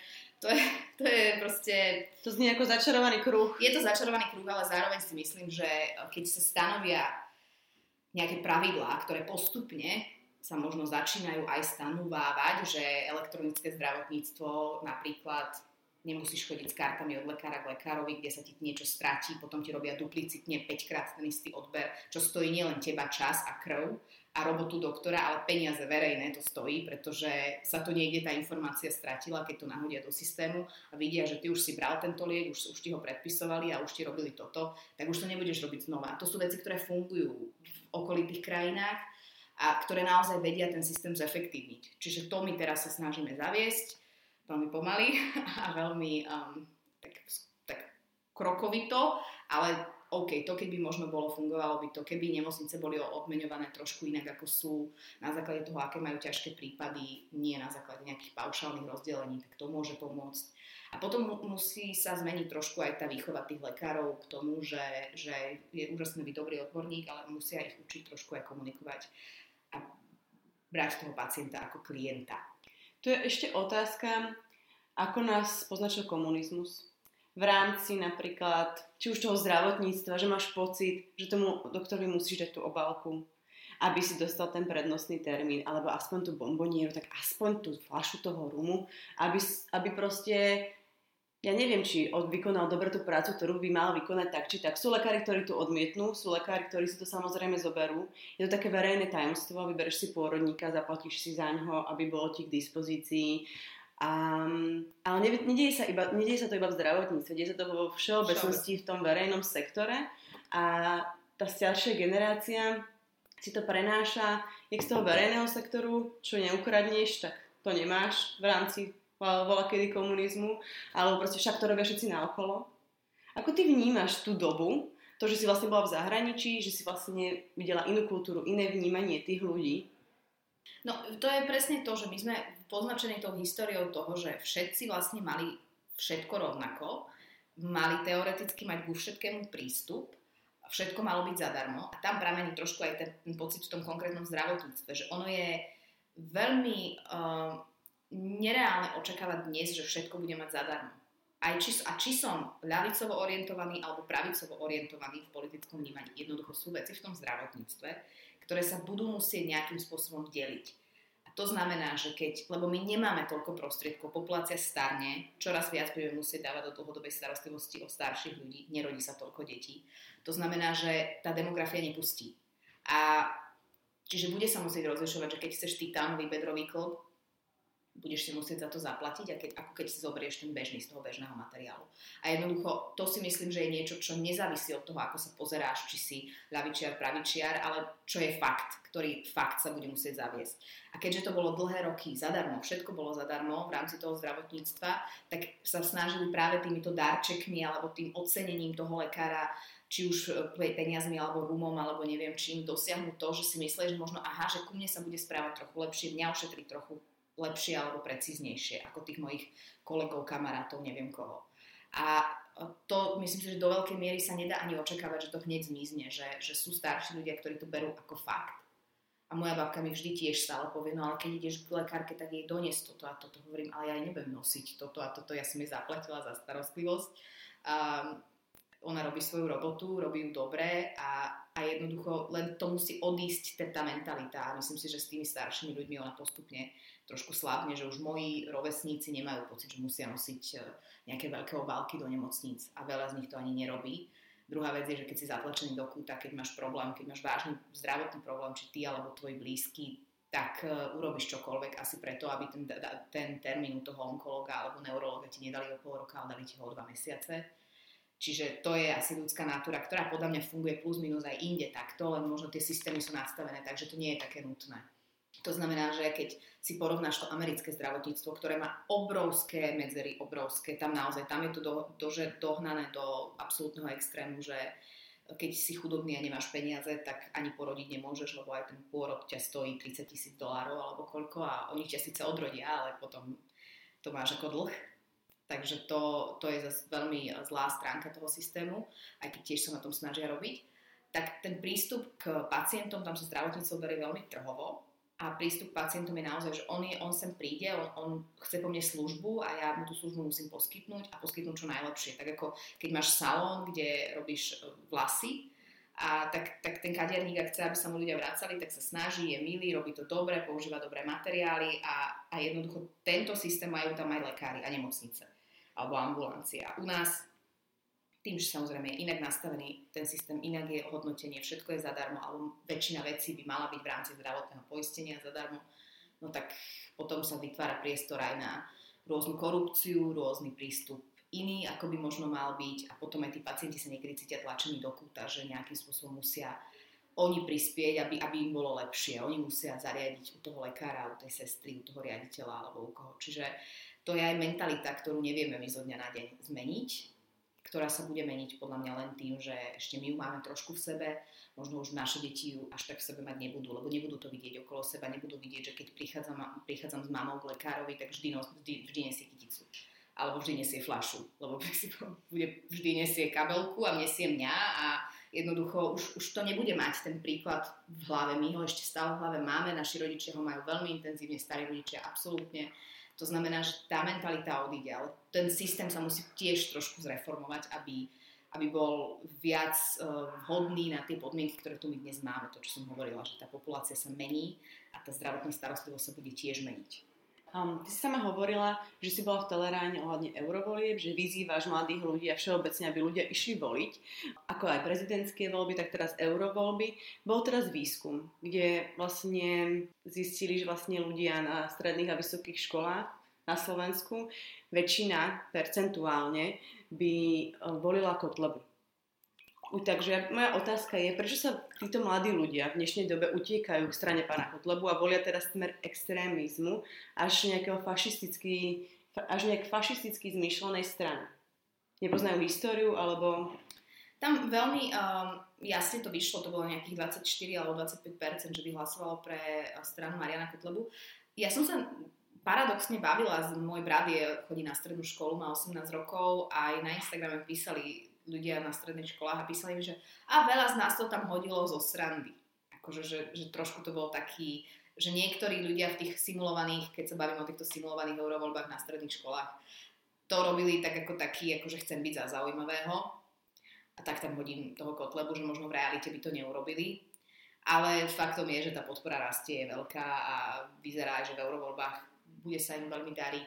To je proste... To znie ako začarovaný kruh. Je to začarovaný kruh, ale zároveň si myslím, že keď sa stanovia nejaké pravidlá, ktoré postupne sa možno začínajú aj stanovávať, že elektronické zdravotníctvo napríklad nemusíš chodiť s kartami od lekára k lekárovi, kde sa ti niečo stratí, potom ti robia duplicitne 5-krát ten istý odber, čo stojí nielen teba čas a krv a robotu doktora, ale peniaze verejné to stojí, pretože sa to niekde tá informácia stratila, keď to nahodia do systému a vidia, že ty už si bral tento liek, už ti ho predpisovali a už ti robili toto, tak už to nebudeš robiť znova. To sú veci, ktoré fungujú v okolitých krajinách a ktoré naozaj vedia ten systém zefektívniť. Čiže to my teraz sa snažíme zaviesť veľmi pomaly a veľmi tak krokovito, ale OK, to keby možno fungovalo by to, keby nemocnice boli odmeňované trošku inak, ako sú na základe toho, aké majú ťažké prípady, nie na základe nejakých paušálnych rozdelení, tak to môže pomôcť. A potom musí sa zmeniť trošku aj tá výchova tých lekárov k tomu, že je úžasný byť dobrý odborník, ale musia ich učiť trošku aj komunikovať a brať toho pacienta ako klienta. Tu je ešte otázka, ako nás poznačil komunizmus v rámci napríklad, či už toho zdravotníctva, že máš pocit, že tomu doktorovi musíš dať tú obálku, aby si dostal ten prednostný termín, alebo aspoň tú bombonieru, tak aspoň tú fľašu toho rumu, aby proste, ja neviem, či vykonal dobre tú prácu, ktorú by mal vykonať tak, či tak. Sú lekári, ktorí to odmietnú, sú lekári, ktorí si to samozrejme zoberú. Je to také verejné tajomstvo, vybereš si pôrodníka, zaplatíš si za ňoho, aby bolo ti k dispozícii. Ale nedieje sa to iba v zdravotníctve, deje sa to vo všeobecnosti v tom verejnom sektore a tá staršia generácia si to prenáša jak z toho verejného sektoru, čo neukradneš, tak to nemáš v rámci voľakedy komunizmu, alebo proste však to robia všetci naokolo. Ako ty vnímaš tú dobu, to, že si vlastne bola v zahraničí, že si vlastne videla inú kultúru, iné vnímanie tých ľudí? No, to je presne to, že my sme poznačení tou históriou toho, že všetci vlastne mali všetko rovnako, mali teoreticky mať ku všetkému prístup, všetko malo byť zadarmo a tam pramení trošku aj ten pocit v tom konkrétnom zdravotníctve, že ono je veľmi nereálne očakávať dnes, že všetko bude mať zadarmo. Či som ľavicovo orientovaný alebo pravicovo orientovaný v politickom vnímaní. Jednoducho sú veci v tom zdravotníctve, ktoré sa budú musieť nejakým spôsobom deliť. A to znamená, že lebo my nemáme toľko prostriedkov, populácia starne, čoraz viac budeme musieť dávať do dlhodobej starostlivosti o starších ľudí, nerodí sa toľko detí. To znamená, že tá demografia nepustí. A čiže bude sa musieť rozlišovať, že keď chceš titánový bedrový klb, budeš si musieť za to zaplatiť, ako keď si zoberieš ten bežný z toho bežného materiálu. A jednoducho, to si myslím, že je niečo, čo nezávisí od toho, ako sa pozeráš, či si ľavičiar, pravičiar, ale čo je fakt, ktorý fakt sa bude musieť zaviesť. A keďže to bolo dlhé roky zadarmo, všetko bolo zadarmo v rámci toho zdravotníctva, tak sa snažili práve týmito darčekmi alebo tým ocenením toho lekára, či už peniazmi alebo rumom, alebo neviem čím, dosiahnuť to, že si myslíš, že možno že ku mne sa bude správať trochu lepšie, mňa ošetrí trochu lepšie alebo precíznejšie ako tých mojich kolegov, kamarátov, neviem koho. A to myslím si, že do veľkej miery sa nedá ani očakávať, že to hneď zmizne, že sú starší ľudia, ktorí to berú ako fakt. A moja babka mi vždy tiež stále povie, no ale keď ideš k lekárke, tak jej donies toto a toto. Hovorím, ale ja jej nebudem nosiť toto a toto, ja som jej zaplatila za starostlivosť. Ona robí svoju robotu, robí ju dobre a jednoducho len to musí odísť tá mentalita a myslím si, že s tými staršími ľuďmi ona postupne trošku slabne, že už moji rovesníci nemajú pocit, že musia nosiť nejaké veľké obálky do nemocníc a veľa z nich to ani nerobí. Druhá vec je, že keď si zatlačený do kúta, keď máš problém, keď máš vážny zdravotný problém, či ty alebo tvoj blízky, tak urobíš čokoľvek asi preto, aby ten termín u toho onkologa alebo neurologa ti nedali o pol roka, ale dali ti ho o 2 mesiace. Čiže to je asi ľudská natúra, ktorá podľa mňa funguje plus minus aj inde takto, len možno tie systémy sú nastavené, takže to nie je také nutné. To znamená, že keď si porovnáš to americké zdravotníctvo, ktoré má obrovské medzery, tam je to dohnané do absolútneho extrému, že keď si chudobný a nemáš peniaze, tak ani porodiť nemôžeš, lebo aj ten pôrod ťa stojí $30,000 alebo koľko a oni ťa síce odrodia, ale potom to máš ako dlh. Takže to je zase veľmi zlá stránka toho systému, aj keď tiež sa na tom snažia robiť. Tak ten prístup k pacientom, tam sa zdravotníctvo berie veľmi trhovo a prístup k pacientom je naozaj, že on sem príde, on chce po mne službu a ja mu tú službu musím poskytnúť a poskytnúť čo najlepšie. Tak ako keď máš salón, kde robíš vlasy, a tak ten kadiarník, ak chce, aby sa mu ľudia vracali, tak sa snaží, je milý, robí to dobre, používa dobré materiály a jednoducho tento systém majú tam aj lekári a nemocnice alebo ambulancia. U nás tým, že samozrejme je inak nastavený ten systém, inak je hodnotenie, všetko je zadarmo, alebo väčšina vecí by mala byť v rámci zdravotného poistenia zadarmo, no tak potom sa vytvára priestor aj na rôznu korupciu, rôzny prístup iný, ako by možno mal byť a potom aj tí pacienti sa niekedy cítia tlačení do kúta, že nejakým spôsobom musia oni prispieť, aby im bolo lepšie. Oni musia zariadiť u toho lekára, u tej sestry, u toho riaditeľa alebo u koho. Čiže to je aj mentalita, ktorú nevieme my zo dňa na deň zmeniť, ktorá sa bude meniť podľa mňa len tým, že ešte my ju máme trošku v sebe, možno už naše deti ju až tak v sebe mať nebudú, lebo nebudú to vidieť okolo seba, nebudú vidieť, že keď prichádzam s mamou k lekárovi, tak vždy nesie kyticu. Alebo vždy nesie fľašu, lebo vždy nesie kabelku a nesie mňa a jednoducho už to nebude mať ten príklad v hlave. My ho ešte stále v hlave máme, naši rodičia ho majú veľmi intenzívne, starí rodičia absolútne. To znamená, že tá mentalita odíde, ale ten systém sa musí tiež trošku zreformovať, aby bol viac vhodný na tie podmienky, ktoré tu my dnes máme. To, čo som hovorila, že tá populácia sa mení a tá zdravotná starostlivosť sa bude tiež meniť. Ty si sama hovorila, že si bola v Teleráne ohľadne eurovolieb, že vyzývaš mladých ľudí a všeobecne, aby ľudia išli voliť, ako aj prezidentské voľby, tak teraz eurovoľby. Bol teraz výskum, kde vlastne zistili, že vlastne ľudia na stredných a vysokých školách na Slovensku väčšina percentuálne by volila Kotlebu. Takže moja otázka je, prečo sa títo mladí ľudia v dnešnej dobe utiekajú k strane pána Kotlebu a volia teraz smer extrémizmu až nejak fašisticky zmyšlenej strany? Nepoznajú históriu, alebo... Tam veľmi jasne to vyšlo, to bolo nejakých 24 alebo 25%, že by hlasovalo pre stranu Mariana Kotlebu. Ja som sa paradoxne bavila, môj brat chodí na strednú školu, má 18 rokov a aj na Instagrame písali ľudia na stredných školách a písali mi, že veľa z nás to tam hodilo zo srandy. Akože, že trošku to bol taký, že niektorí ľudia v tých simulovaných, keď sa bavím o týchto simulovaných eurovoľbách na stredných školách, to robili tak ako taký, akože chcem byť za zaujímavého a tak tam hodím toho Kotlebu, že možno v realite by to neurobili. Ale faktom je, že tá podpora rastie, je veľká a vyzerá aj, že v eurovoľbách bude sa im veľmi dariť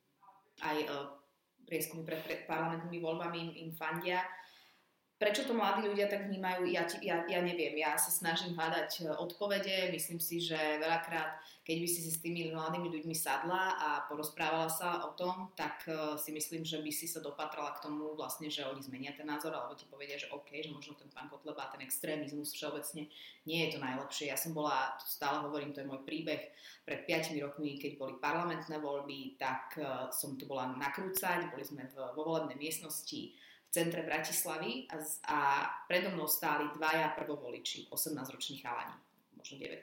aj prieskumy pred parlamentnými voľbami im fandia. Prečo to mladí ľudia tak vnímajú? Ja neviem. Ja sa snažím hľadať odpovede. Myslím si, že veľakrát, keď by si s tými mladými ľuďmi sadla a porozprávala sa o tom, tak si myslím, že by si sa dopatrala k tomu vlastne, že oni zmenia ten názor, alebo ti povedia, že OK, že možno ten pán Kotleba a ten extrémizmus všeobecne nie je to najlepšie. Ja som bola, stále hovorím, to je môj príbeh, pred 5 rokmi, keď boli parlamentné voľby, tak som tu bola nakrúcať, boli sme vo volebnej miestnosti v centre Bratislavy a predo mnou stáli dvaja prvovoliči, 18-roční chalani, možno 19.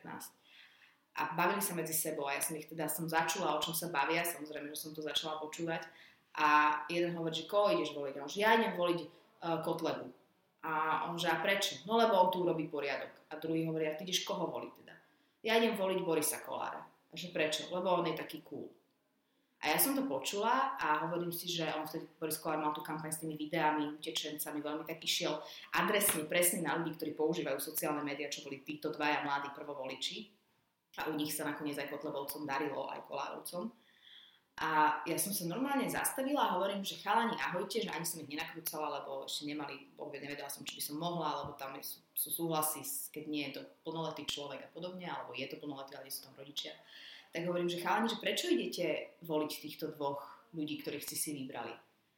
A bavili sa medzi sebou a ja som začula, o čom sa bavia, samozrejme, že som to začala počúvať. A jeden hovorí, že koho ideš voliť? A on, že ja idem voliť Kotlebu. A on, že a prečo? No lebo on tu urobí poriadok. A druhý hovorí, a ty ideš koho voliť teda? Ja idem voliť Borisa Kollára. A že prečo? Lebo on je taký cool. A ja som to počula a hovorím si, že on vtedy, Boris Kollár, mal tú kampaň s tými videami, utečencami, veľmi tak išiel adresne, presne na ľudí, ktorí používajú sociálne médiá, čo boli títo dvaja mladí prvovoliči. A u nich sa nakoniec aj Kotlebovcom darilo, aj Kollárovcom. A ja som sa normálne zastavila a hovorím, že chalani, ahojte, že ani som ich nenakrúcala, lebo ešte nemali, nevedela som, či by som mohla, alebo tam sú súhlasy, keď nie je to plnoletý človek a podobne, alebo je to plnoletý, ale sú tam rodičia. Tak hovorím, že chalani, že prečo idete voliť týchto dvoch ľudí, ktorých ste si vybrali?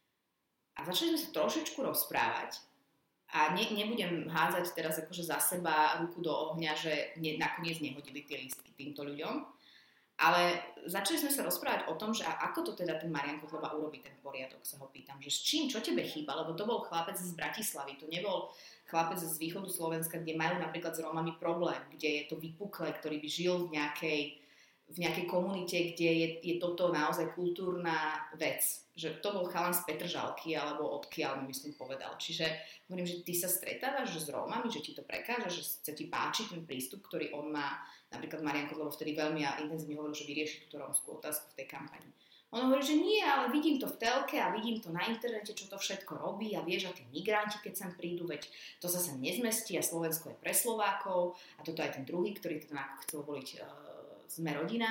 A začali sme sa trošičku rozprávať a nebudem hádzať teraz akože za seba ruku do ohňa, že nakoniec nehodili tie lístky týmto ľuďom, ale začali sme sa rozprávať o tom, že ako to teda ten Marian Kotleba urobí ten poriadok, sa ho pýtam, že s čím, čo tebe chýba, lebo to bol chlapec z Bratislavy, to nebol chlapec z východu Slovenska, kde majú napríklad s Rómami problém, kde je to vypuklé, ktorý by žil v nejakej v nejakej komunite, kde je toto naozaj kultúrna vec. Že to bol chalan z Petržalky, alebo odkiaľ mi myslím povedal. Čiže hovorím, že ty sa stretávaš s Rómami, že ti to prekáža, že sa ti páči ten prístup, ktorý on má. Napríklad Marian Kozlov vtedy veľmi intenzívne hovoril, že vyrieši túto rómskú otázku v tej kampani. On hovorí, že nie, ale vidím to v telke a vidím to na internete, čo to všetko robí a vieš, a tí migranti, keď sem prídu, veď to zase nezmestí a Slovensko je pre Slovákov a toto aj ten druhý, ktorý teda chcel voliť Sme rodina.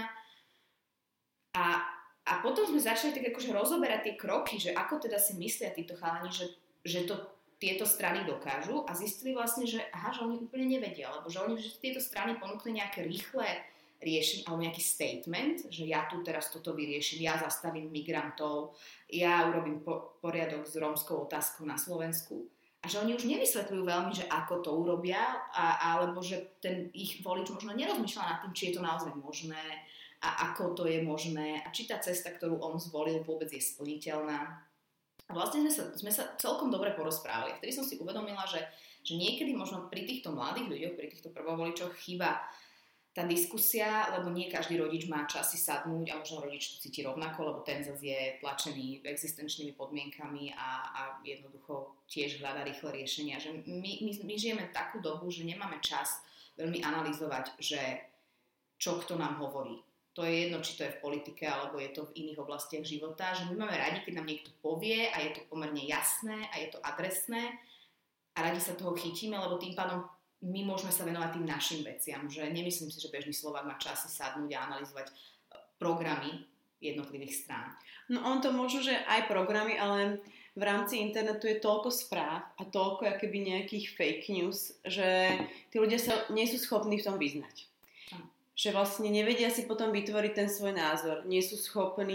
A potom sme začali tak akože rozoberať tie kroky, že ako teda si myslia títo chalani, že to tieto strany dokážu a zistili vlastne, že aha, že oni úplne nevedia, lebo že oni že tieto strany ponúkli nejaké rýchle riešenie alebo nejaký statement, že ja tu teraz toto vyriešim, ja zastavím migrantov, ja urobím poriadok s rómskou otázkou na Slovensku. A že oni už nevysvetľujú veľmi, že ako to urobia, alebo že ten ich volič možno nerozmýšľa nad tým, či je to naozaj možné a ako to je možné a či tá cesta, ktorú on zvolil, vôbec je splniteľná. A vlastne sme sa celkom dobre porozprávali. Vtedy som si uvedomila, že niekedy možno pri týchto mladých ľuďoch, pri týchto prvovoličoch chýba tá diskusia, lebo nie každý rodič má čas si sadnúť a možno rodič to cíti rovnako, lebo ten zase je tlačený existenčnými podmienkami a jednoducho tiež hľadá rýchle riešenia. Že my žijeme takú dobu, že nemáme čas veľmi analyzovať, že čo kto nám hovorí. To je jedno, či to je v politike, alebo je to v iných oblastiach života, že my máme radi, keď nám niekto povie a je to pomerne jasné a je to adresné a radi sa toho chytíme, lebo tým pádom my môžeme sa venovať tým našim veciam, že nemyslím si, že bežný Slovák má čas si sadnúť a analyzovať programy jednotlivých strán. No on to možno, že aj programy, ale v rámci internetu je toľko správ a toľko akoby nejakých fake news, že tí ľudia sa nie sú schopní v tom vyznať. Že vlastne nevedia si potom vytvoriť ten svoj názor. Nie sú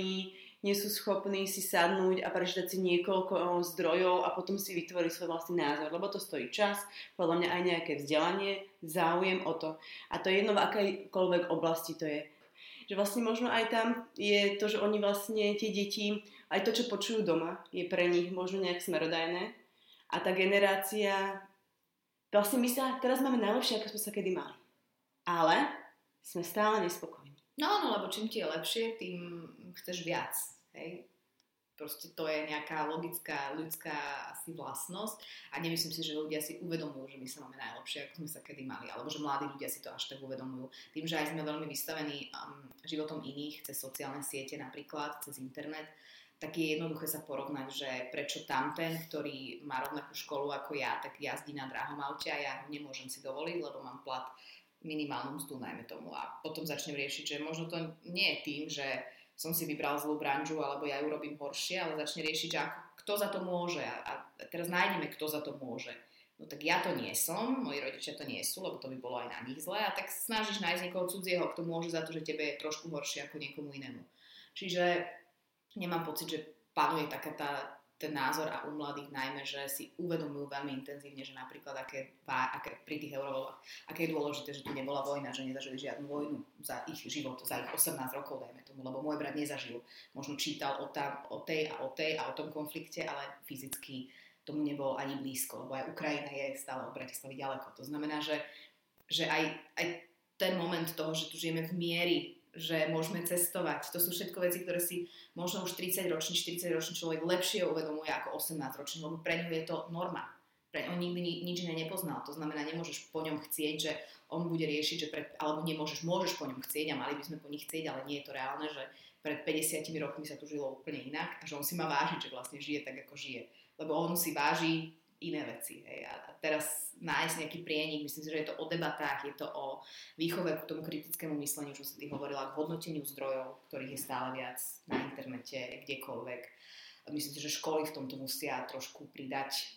schopní si sadnúť a prečítať si niekoľko zdrojov a potom si vytvoriť svoj vlastný názor, lebo to stojí čas, podľa mňa aj nejaké vzdelanie, záujem o to. A to je jedno v akejkoľvek oblasti to je. Že vlastne možno aj tam je to, že oni vlastne tie deti, aj to, čo počujú doma, je pre nich možno nejak smerodajné. A tá generácia, vlastne my sa teraz máme najlepšie, ako sme sa kedy mali. Ale sme stále nespokojní. No, lebo čím ti je lepšie, tým chceš viac, hej. Proste to je nejaká logická, ľudská asi vlastnosť a nemyslím si, že ľudia si uvedomujú, že my sa máme najlepšie, ako sme sa kedy mali, alebo že mladí ľudia si to až tak uvedomujú. Tým, že aj sme veľmi vystavení životom iných, cez sociálne siete napríklad, cez internet, tak je jednoduché sa porovnať, že prečo tamten, ktorý má rovnakú školu ako ja, tak jazdí na drahom aute a ja ho nemôžem si dovoliť, lebo mám plat minimálnu mzdu, najmä tomu. A potom začnem riešiť, že možno to nie je tým, že som si vybral zlú branžu, alebo ja ju robím horšie, ale začne riešiť, že kto za to môže. A teraz nájdeme, kto za to môže. No tak ja to nie som, moji rodičia to nie sú, lebo to by bolo aj na nich zle. A tak snažíš nájsť niekoho cudzieho, kto môže za to, že tebe je trošku horšie ako niekomu inému. Čiže nemám pocit, že panuje taká ten názor a u mladých najmä, že si uvedomujú veľmi intenzívne, že napríklad aké pri tých eurovoľbách, aké je dôležité, že tu nebola vojna, že nezažili žiadnu vojnu za ich život, za ich 18 rokov, dajme tomu, lebo môj brat nezažil. Možno čítal o tej a o tom konflikte, ale fyzicky tomu nebol ani blízko, lebo aj Ukrajina je stále od Bratislavy ďaleko. To znamená, že aj ten moment toho, že tu žijeme v miery, že môžeme cestovať. To sú všetko veci, ktoré si možno už 30-ročný, 40-ročný človek lepšie uvedomuje ako 18-ročný, lebo pre ňu je to norma. On nikdy nič iné nepoznal. To znamená, nemôžeš po ňom chcieť, že on bude riešiť, že alebo môžeš po ňom chcieť a mali by sme po nich chcieť, ale nie je to reálne, že pred 50 rokmi sa tu žilo úplne inak a že on si má vážiť, že vlastne žije tak, ako žije. Lebo on si váži iné veci. Hej. A teraz nájsť nejaký prienik, myslím si, že je to o debatách, je to o výchove k tomu kritickému mysleniu, čo si ty hovorila, k hodnoteniu zdrojov, ktorých je stále viac na internete, kdekoľvek. Myslím si, že školy v tomto musia trošku pridať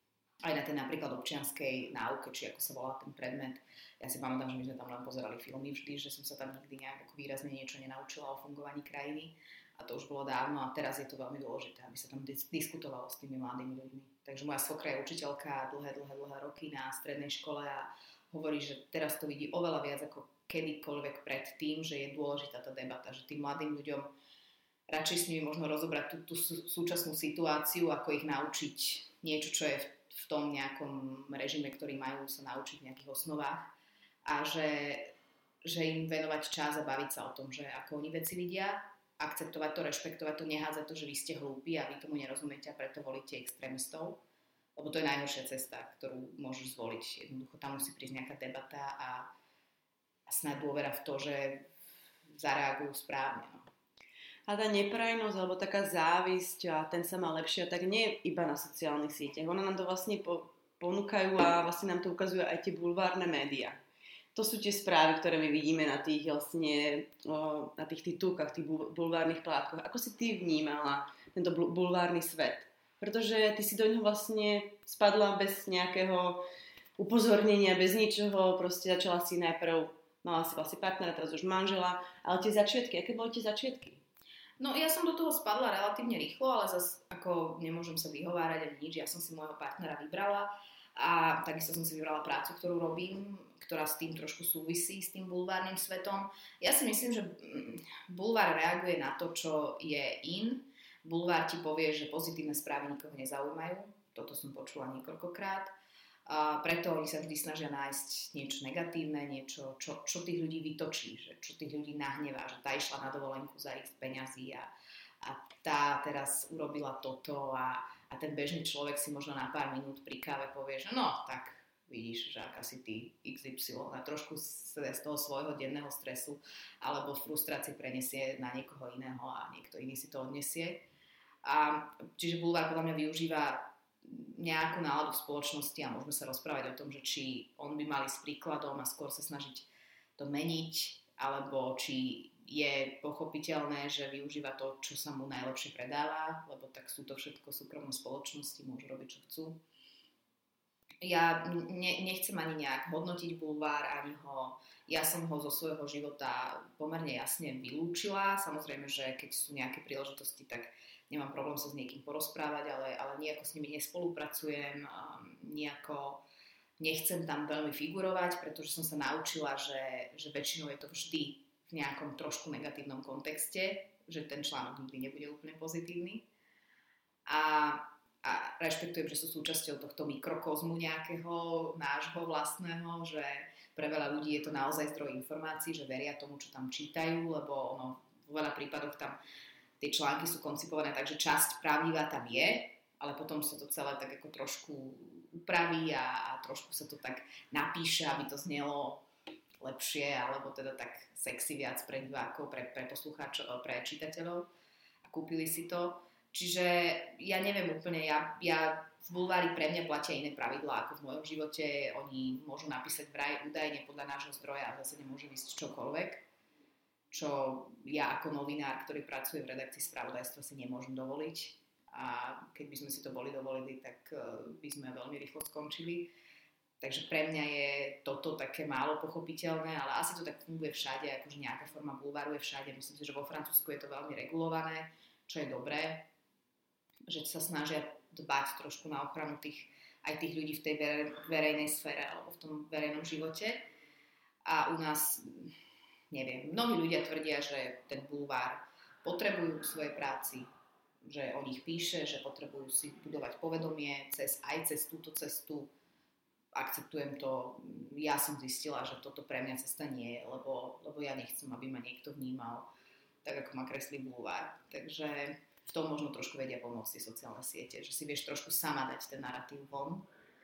aj na tej napríklad občianskej náuke, či ako sa volá ten predmet. Ja si pamätám, že my sme tam len pozerali filmy vždy, že som sa tam nikdy nejak ako výrazne niečo nenaučila o fungovaní krajiny. A to už bolo dávno a teraz je to veľmi dôležité, aby sa tam diskutovalo s tými mladými ľuďmi. Takže moja svokra je učiteľka dlhé roky na strednej škole a hovorí, že teraz to vidí oveľa viac ako kedykoľvek predtým, že je dôležitá tá debata, že tým mladým ľuďom radšej s nimi možno rozobrať tú súčasnú situáciu, ako ich naučiť niečo, čo je v tom nejakom režime, ktorý majú sa naučiť v nejakých osnovách. A že že im venovať čas a baviť sa o tom, že ako oni veci vidia, akceptovať to, rešpektovať to, nehádzať to, že vy ste hlúpi a vy tomu nerozumiete a preto volíte extrémistov. Lebo to je najhoršia cesta, ktorú môžeš zvoliť. Jednoducho tam musí prísť nejaká debata a snáď dôvera v to, že zareagujú správne. No. A tá neprajnosť alebo taká závisť a ten sa má lepšie, tak nie iba na sociálnych sieťach. Ono nám to vlastne ponúkajú a vlastne nám to ukazujú aj tie bulvárne médiá. To sú tie správy, ktoré my vidíme na tých vlastne, na tých titulkách, tých bulvárnych plátkoch. Ako si ty vnímala tento bulvárny svet? Pretože ty si do ňoho vlastne spadla bez nejakého upozornenia, bez ničoho, proste začala si najprv, mala si vlastne partnera, teraz už manžela, ale tie začiatky, aké boli tie začiatky? No ja som do toho spadla relatívne rýchlo, ale zase ako nemôžem sa vyhovárať ani nič, ja som si môjho partnera vybrala a takisto som si vybrala prácu, ktorú robím, ktorá s tým trošku súvisí, s tým bulvárnym svetom. Ja si myslím, že bulvár reaguje na to, čo je in. Bulvár ti povie, že pozitívne správy nikoho nezaujímajú. Toto som počula niekoľkokrát. A preto oni sa vždy snažia nájsť niečo negatívne, niečo, čo tých ľudí vytočí, čo tých ľudí nahnevá, že tá išla na dovolenku za x peňazí a tá teraz urobila toto a ten bežný človek si možno na pár minút pri káve povie, že no, tak vidíš, že aká si ty XY a trošku z toho svojho denného stresu alebo frustrácie prenesie na niekoho iného a niekto iný si to odnesie. A čiže bulvár podľa mňa využíva nejakú náladu v spoločnosti a môžeme sa rozprávať o tom, že či on by mal ísť príkladom a skôr sa snažiť to meniť, alebo či je pochopiteľné, že využíva to, čo sa mu najlepšie predáva, lebo tak sú to všetko súkromné spoločnosti, môžu robiť, čo chcú. Ja nechcem ani nejak hodnotiť bulvár, ja som ho zo svojho života pomerne jasne vylúčila. Samozrejme, že keď sú nejaké príležitosti, tak nemám problém sa s niekým porozprávať, ale nejako s nimi nespolupracujem, nejako nechcem tam veľmi figurovať, pretože som sa naučila, že väčšinou je to vždy v nejakom trošku negatívnom kontexte, že ten článok nikdy nebude úplne pozitívny. A rešpektujem, že sú súčasťou tohto mikrokozmu nejakého nášho vlastného, že pre veľa ľudí je to naozaj zdroj informácií, že veria tomu, čo tam čítajú, lebo ono vo veľa prípadoch tam tie články sú koncipované tak, že časť pravdivá tam je, ale potom sa to celé tak ako trošku upraví a trošku sa to tak napíše, aby to znelo lepšie, alebo teda tak sexy viac pre divákov, pre poslucháčov, pre čitateľov a kúpili si to. Čiže ja neviem úplne, ja v bulvári pre mňa platia iné pravidlá ako v mojom živote. Oni môžu napísať vraj údajne podľa nášho zdroja a zase nemôže vysť čokoľvek, čo ja ako novinár, ktorý pracuje v redakcii spravodajstva, si nemôžem dovoliť. A keď by sme si to dovolili, tak by sme veľmi rýchlo skončili. Takže pre mňa je toto také málo pochopiteľné, ale asi to tak funguje všade, akože nejaká forma bulváru je všade. Myslím si, že vo Francúzsku je to veľmi regulované, čo je dobré, že sa snažia dbať trošku na ochranu aj tých ľudí v tej verejnej sfére alebo v tom verejnom živote. A u nás, neviem, mnohí ľudia tvrdia, že ten bulvár potrebujú v svojej práci, že o nich píše, že potrebujú si budovať povedomie aj cez túto cestu. Akceptujem to. Ja som zistila, že toto pre mňa cesta nie je, lebo ja nechcem, aby ma niekto vnímal tak, ako ma kreslí bulvár. Takže v tom možno trošku vedia pomôcť tie sociálne siete, že si vieš trošku sama dať ten narratív von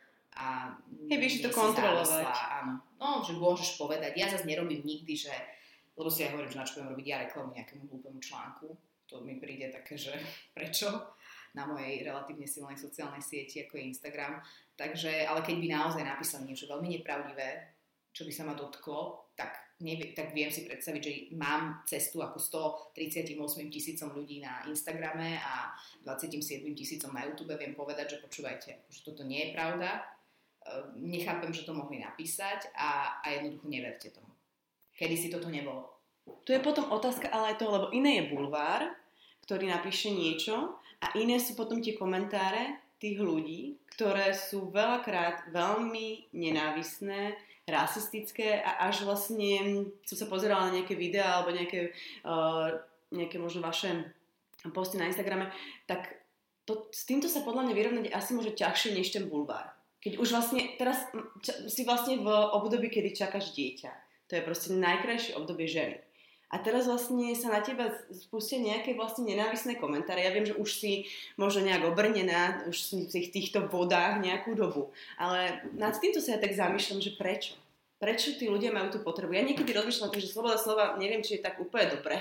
a vieš to kontrolovať. Áno. No, že môžeš povedať. Ja zase nerobím nikdy, lebo si ja hovorím, že na čo budem robiť ja reklamu nejakému hlúpemu článku. To mi príde také, že prečo na mojej relatívne silnej sociálnej sieti, ako je Instagram. Takže, ale keď by naozaj napísali niečo veľmi nepravdivé, čo by sa ma dotklo, tak viem si predstaviť, že mám cestu ako 138 000 ľudí na Instagrame a 27 000 na YouTube. Viem povedať, že počúvajte, že toto nie je pravda. Nechápem, že to mohli napísať a jednoducho neverte tomu. Kedy si toto nebolo. Tu je potom otázka, ale aj to, lebo iné je bulvár, ktorý napíše niečo a iné sú potom tie komentáre tých ľudí, ktoré sú veľakrát veľmi nenávisné, rasistické a až vlastne som sa pozerala na nejaké videá alebo nejaké možno vaše posty na Instagrame, tak s týmto sa podľa mňa vyrovnať asi môže ťažšie než ten bulvár. Keď už vlastne teraz si vlastne v období, kedy čakáš dieťa. To je proste najkrajšie obdobie ženy. A teraz vlastne sa na teba spustia nejaké vlastne nenávisné komentáre. Ja viem, že už si možno nejak obrnená, už si v týchto vodách nejakú dobu. Ale nad týmto sa ja tak zamýšľam, že prečo? Prečo tí ľudia majú tú potrebu? Ja niekedy rozmýšľam, že sloboda slova, neviem, či je tak úplne dobré.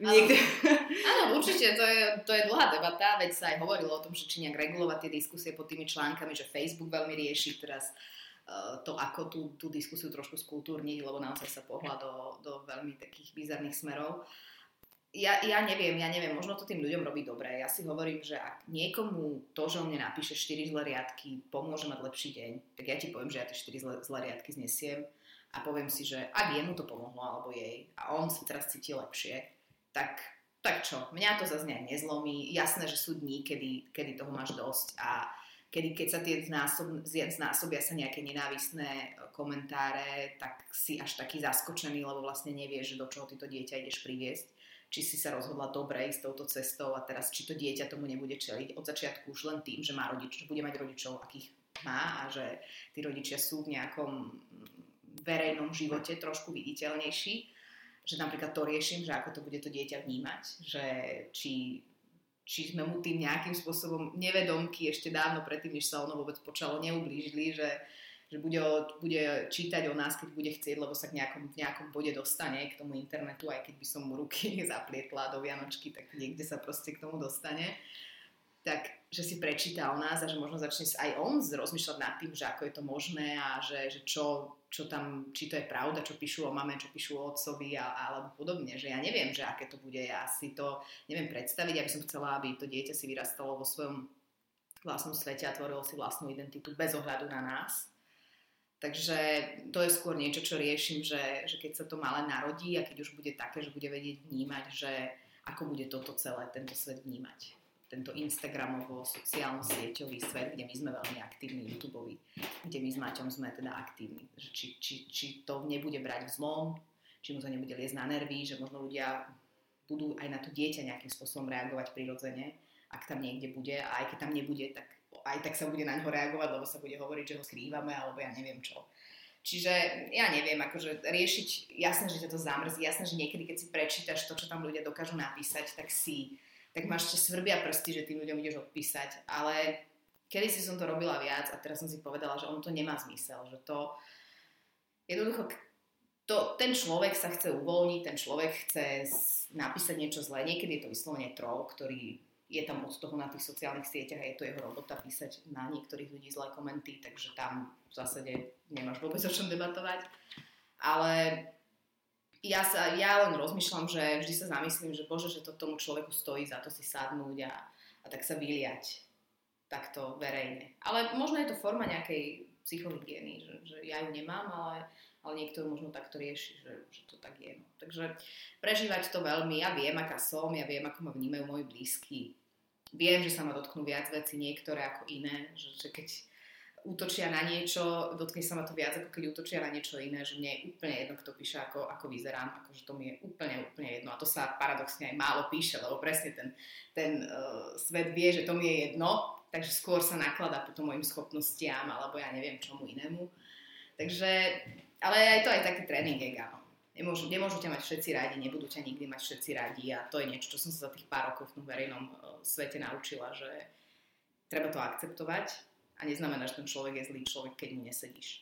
Áno, určite, to je dlhá debata, veď sa aj hovorilo o tom, že či nejak regulovať tie diskusie pod tými článkami, že Facebook veľmi rieši teraz to, ako tú diskusiu trošku skultúrniť, lebo naozaj sa pohľa do veľmi takých bizarných smerov. Ja neviem, možno to tým ľuďom robí dobre. Ja si hovorím, že ak niekomu to, že on mne napíše 4 zlé riadky, pomôže mať lepší deň, tak ja ti poviem, že ja tie 4 zlé riadky znesiem a poviem si, že ak jemu to pomohlo, alebo jej, a on sa teraz cíti lepšie, tak čo? Mňa to zase nejak nezlomí. Jasné, že sú dní, kedy toho máš dosť a keď sa tie znásobia sa nejaké nenávistné komentáre, tak si až taký zaskočený, lebo vlastne nevieš, do čoho ty to dieťa ideš priviesť. Či si sa rozhodla dobre ísť touto cestou a teraz či to dieťa tomu nebude čeliť od začiatku už len tým, že bude mať rodičov, akých má, a že tí rodičia sú v nejakom verejnom živote trošku viditeľnejší. Že napríklad to riešim, že ako to bude to dieťa vnímať, že či sme mu tým nejakým spôsobom nevedomky ešte dávno predtým, než sa ono vôbec počalo, neublížili, že bude čítať o nás, keď bude chcieť, lebo sa v nejakom bode dostane k tomu internetu, aj keď by som mu ruky zaplietla do Vianočky, tak niekde sa proste k tomu dostane. Tak, že si prečíta o nás a že možno začne aj on rozmýšľať nad tým, že ako je to možné a že čo tam, či to je pravda, čo píšu o mame, čo píšu o otcovi alebo podobne, že ja neviem, že aké to bude, ja si to neviem predstaviť, ja by som chcela, aby to dieťa si vyrastalo vo svojom vlastnom svete a tvorilo si vlastnú identitu bez ohľadu na nás. Takže to je skôr niečo, čo riešim, že keď sa to malé narodí a keď už bude také, že bude vedieť vnímať, že ako bude toto celé, tento svet vnímať. Tento Instagramovo, sociálno-sieťový svet, kde my sme veľmi aktívni, YouTubeoví, kde my s Maťom sme teda aktívni. Či to nebude brať v zlom, či mu to nebude liesť na nervy, že možno ľudia budú aj na to dieťa nejakým spôsobom reagovať prirodzene, ak tam niekde bude, a aj keď tam nebude, tak aj tak sa bude na ňo reagovať, lebo sa bude hovoriť, že ho skrývame, alebo ja neviem čo. Čiže ja neviem, akože riešiť, jasné, že ťa to zamrzí, jasné, že niekedy, keď si prečítaš to, čo tam ľudia dokážu napísať, tak máš ešte svrbia prsty, že tým ľuďom ideš odpísať, ale kedysi som to robila viac a teraz som si povedala, že ono to nemá zmysel, že to jednoducho ten človek sa chce uvoľniť, ten človek chce napísať niečo zlé, niekedy je to vyslovene troll, ktorý je tam od toho na tých sociálnych sieťach a je to jeho robota písať na niektorých ľudí zlé komenty, takže tam v zásade nemáš vôbec o čom debatovať, ale ja len rozmýšľam, že vždy sa zamyslím, že bože, že to tomu človeku stojí za to si sadnúť a tak sa vyliať takto verejne. Ale možno je to forma nejakej psychohygieny, že ja ju nemám, ale niekto možno takto rieši, že to tak je. No. Takže prežívať to veľmi, ja viem, aká som, ja viem, ako ma vnímajú moji blízki. Viem, že sa ma dotknú viac veci, niektoré ako iné, že keď útočia na niečo, dotkne sa ma to viac, ako keď útočia na niečo iné, že mne je úplne jedno, kto píše, ako vyzerám, akože to mi je úplne jedno. A to sa paradoxne aj málo píše, lebo presne ten svet vie, že to mi je jedno, takže skôr sa nakladá potom mojim schopnostiam, alebo ja neviem čomu inému. Takže, ale aj to aj taký tréning ega, no. Nemôžu ťa mať všetci rádi, nebudú ťa nikdy mať všetci rádi a to je niečo, čo som sa za tých pár rokov v tom verejnom svete naučila, že treba to akceptovať a neznamená, že ten človek je zlý človek, keď mu nesedíš.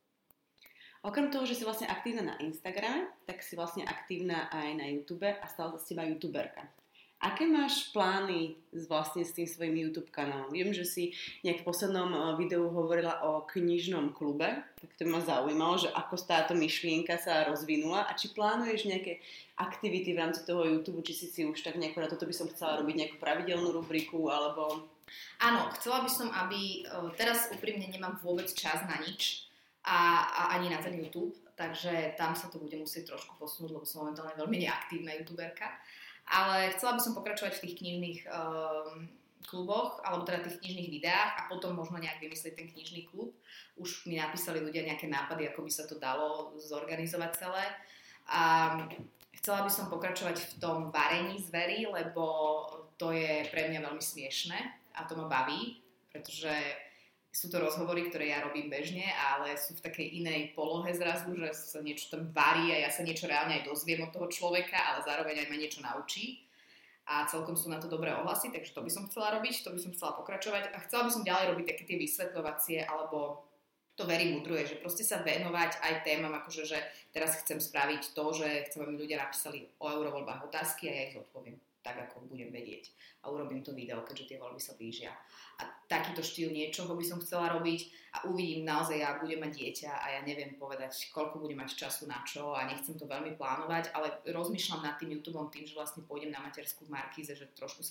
Okrem toho, že si vlastne aktívna na Instagrame, tak si vlastne aktívna aj na YouTube a stala sa z teba youtuberka. Aké máš plány vlastne s tým svojím YouTube kanálom? Viem, že si nejak v poslednom videu hovorila o knižnom klube, tak to ma zaujímalo, že ako táto myšlienka sa rozvinula a či plánuješ nejaké aktivity v rámci toho YouTube, či si už tak nejako na toto by som chcela robiť nejakú pravidelnú rubriku, alebo... Áno, chcela by som, aby... Teraz úprimne nemám vôbec čas na nič a ani na ten YouTube, takže tam sa to bude musieť trošku posunúť, lebo som momentálne veľmi neaktívna youtuberka. Ale chcela by som pokračovať v tých knižných kluboch, alebo teda tých knižných videách a potom možno nejak vymyslieť ten knižný klub. Už mi napísali ľudia nejaké nápady, ako by sa to dalo zorganizovať celé. A chcela by som pokračovať v tom varení z very, lebo to je pre mňa veľmi smiešné a to ma baví, pretože sú to rozhovory, ktoré ja robím bežne, ale sú v takej inej polohe zrazu, že sa niečo tam varí a ja sa niečo reálne aj dozviem od toho človeka, ale zároveň aj ma niečo naučí. A celkom sú na to dobré ohlasy, takže to by som chcela robiť, to by som chcela pokračovať a chcela by som ďalej robiť také tie vysvetľovacie, alebo to verím mudruje, že proste sa venovať aj témam, akože, že teraz chcem spraviť to, že chcem, aby mi ľudia napísali o eurovoľbách otázky a ja ich zodpoviem tak, ako budem vedieť. A urobím to video, keďže tie voľby sa blížia. A takýto štýl niečoho by som chcela robiť a uvidím naozaj, ja budem mať dieťa a ja neviem povedať, koľko budem mať času na čo a nechcem to veľmi plánovať, ale rozmýšľam nad tým YouTubeom tým, že vlastne pôjdem na materskú v Markíze, že trošku sa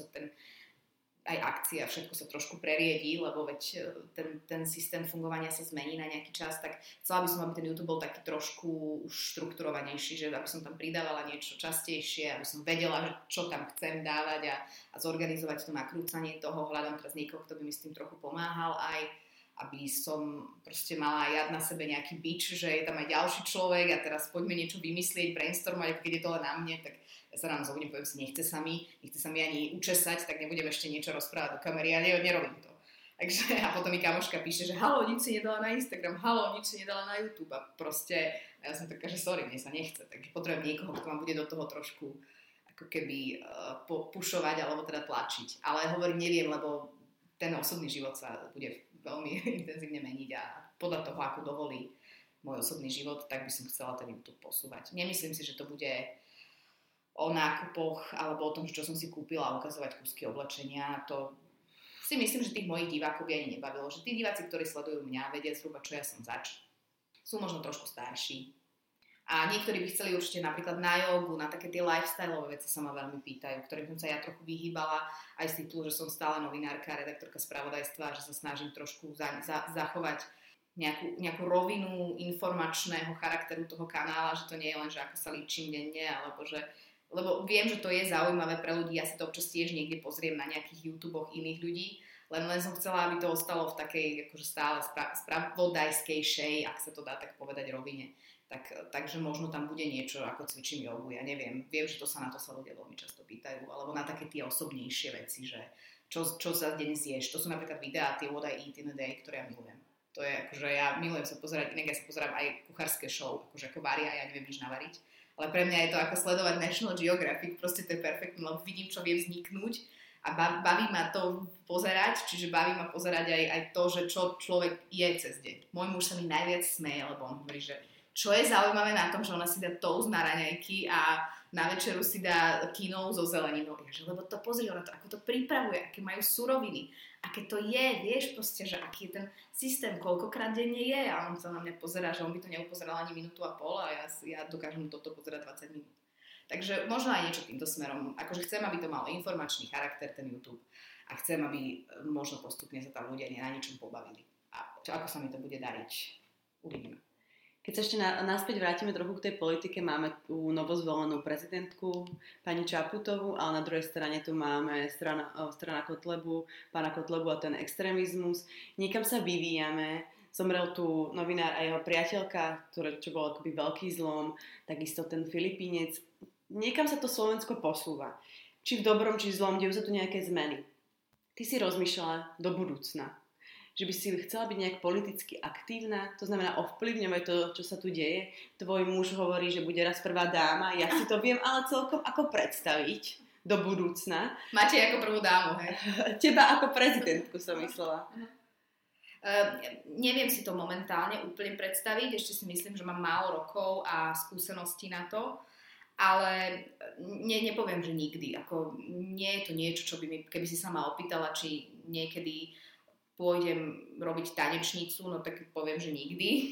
aj akcia, všetko sa trošku preriedí, lebo veď ten systém fungovania sa zmení na nejaký čas, tak chcela by som, aby ten YouTube bol taký trošku už štrukturovanejší, že aby som tam pridávala niečo častejšie, aby som vedela, čo tam chcem dávať a zorganizovať to nakrúcanie toho. Hľadám teraz niekoho, kto by mi s tým trochu pomáhal aj, aby som proste mala ja na sebe nejaký bič, že je tam aj ďalší človek a teraz poďme niečo vymyslieť, brainstormovať, keď je to len na mne, tak ja sa ráno zobudím, poviem si, nechce sa mi ani učesať, tak nebudem ešte niečo rozprávať do kamery a nerobím to. Takže a potom mi kamoška píše, že halo, nič si nedala na Instagram, halo, nič si nedala na YouTube a proste ja som taká, že sorry, mne sa nechce, takže potrebujem niekoho, kto ma bude do toho trošku ako keby pušovať alebo teda tlačiť. Ale hovorím, neviem, lebo ten osobný život sa bude veľmi intenzívne meniť a podľa toho, ako dovolí môj osobný život, tak by som chcela ten YouTube posúvať. Nemyslím si, že to bude o nákupoch alebo o tom, čo som si kúpila a ukazovať kúsky oblečenia. To si myslím, že tých mojich divákov by ani nebavilo. Že tí diváci, ktorí sledujú mňa, vedia zhruba, čo ja som zač. Sú možno trošku starší. A niektorí by chceli určite napríklad na jogu, na také tie lifestyleové veci sa ma veľmi pýtajú, ktorým som sa ja trochu vyhýbala aj z titulu, že som stále novinárka, redaktorka spravodajstva, že sa snažím trošku zachovať nejakú rovinu informačného charakteru toho kanála, že to nie je len, že ako sa líčim denne, alebo že lebo viem, že to je zaujímavé pre ľudí, ja si to občas tiež niekde pozriem na nejakých YouTuboch iných ľudí, len som chcela, aby to ostalo v takej akože stále spravodajskejšej, ak sa to dá tak povedať, rovine. Takže možno tam bude niečo, ako cvičím jogu, ja neviem. Viem, že to sa na to sa ľudia veľmi často pýtajú, alebo na také tie osobnejšie veci, že čo za deň zješ. To sú napríklad videá, tie What I Eat in a Day, ktoré ja milujem. To je akože ja milujem sa pozerať, inak ja sa pozerám aj kuchárske show, akože ako varia, ja neviem nič navariť. Ale pre mňa je to ako sledovať National Geographic, proste to je perfektné, lebo vidím, čo vie vzniknúť a baví ma to pozerať, čiže baví ma pozerať aj to, že čo človek je cez deň. Môj muž sa mi najviac smeje, lebo on hovorí, že čo je zaujímavé na tom, že ona si dá toast na raňajky a na večeru si dá kínou so zeleninou. Lebo to pozri, ona to, ako to pripravuje, aké majú suroviny, aké to je, vieš proste, že aký je ten systém, koľkokrát denne je a on sa na mňa pozerá, že on by to neupozeral ani minútu a pol a ja dokážem toto pozerať 20 minút. Takže možno aj niečo týmto smerom. Akože chcem, aby to malo informačný charakter, ten YouTube. A chcem, aby možno postupne sa tam ľudia na niečom pobavili. A ako sa mi to bude dariť, uvidíme. Keď sa ešte naspäť vrátime trochu k tej politike, máme tu novozvolenú prezidentku, pani Čaputovú, ale na druhej strane tu máme strana Kotlebu, pána Kotlebu a ten extrémizmus. Niekam sa vyvíjame, zomrel tu novinár a jeho priateľka, čo bol akoby veľký zlom, takisto ten Filipínec. Niekam sa to Slovensko posúva. Či v dobrom, či v zlom, dejú sa tu nejaké zmeny. Ty si rozmýšľala do budúcna, že by si chcela byť nejak politicky aktívna, to znamená ovplyvňovať to, čo sa tu deje. Tvoj muž hovorí, že bude raz prvá dáma, ja si to viem ale celkom ako predstaviť do budúcna. Máte ako prvú dámu, hej? Teba ako prezidentku som myslela. Neviem si to momentálne úplne predstaviť, ešte si myslím, že mám málo rokov a skúseností na to, ale nepoviem, že nikdy. Ako, nie je to niečo, čo by mi, keby si sa ma opýtala, či niekedy pôjdem robiť tanečnicu, no tak poviem, že nikdy.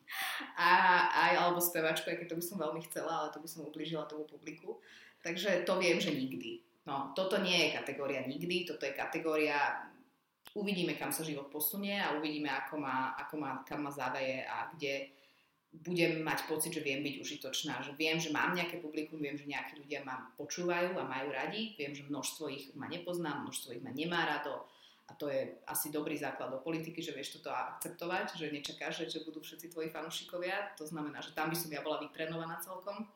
Alebo spevačku, aj keď to by som veľmi chcela, ale to by som ublížila tomu publiku. Takže to viem, že nikdy. No, toto nie je kategória nikdy, toto je kategória uvidíme, kam sa život posunie a uvidíme, kam ma zaveje a kde budem mať pocit, že viem byť užitočná, že viem, že mám nejaké publikum, viem, že nejakí ľudia ma počúvajú a majú radi, viem, že množstvo ich ma nepozná, množstvo ich ma nemá rado. A to je asi dobrý základ do politiky, že vieš toto akceptovať, že nečakáš, že budú všetci tvoji fanúšikovia. To znamená, že tam by som ja bola vytrenovaná celkom.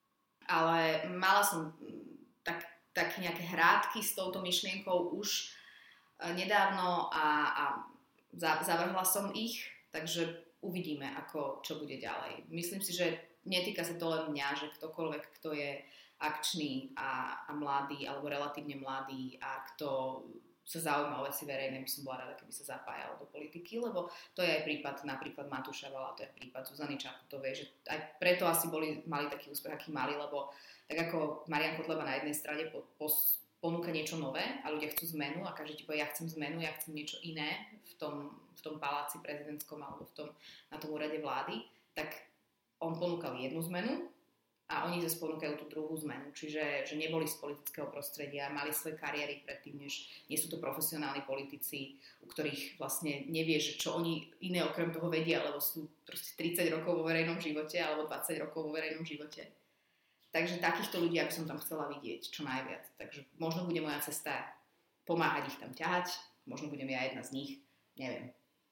Ale mala som tak nejaké hrádky s touto myšlienkou už nedávno a zavrhla som ich, takže uvidíme, čo bude ďalej. Myslím si, že netýka sa to len mňa, že ktokoľvek, kto je akčný a mladý, alebo relatívne mladý a kto sa zaujíma o veci verejné, by som bola rada, keby sa zapájal do politiky, lebo to je aj prípad napríklad Matúša Vala, to je prípad Zuzany Čaputovej, že aj preto asi mali taký úspech, aký mali, lebo tak ako Marian Kotleba na jednej strane ponúka niečo nové a ľudia chcú zmenu a každý ti povie, ja chcem zmenu, ja chcem niečo iné v tom paláci prezidentskom alebo na tom úrade vlády, tak on ponúkal jednu zmenu a oni zase ponúkajú tú druhú zmenu. Čiže že neboli z politického prostredia, mali svoje kariéry predtým, než nie sú to profesionálni politici, u ktorých vlastne nevieš, čo oni iné okrem toho vedia, lebo sú proste 30 rokov vo verejnom živote alebo 20 rokov vo verejnom živote. Takže takýchto ľudí by som tam chcela vidieť čo najviac. Takže možno bude moja cesta pomáhať ich tam ťahať, možno budem ja jedna z nich, neviem.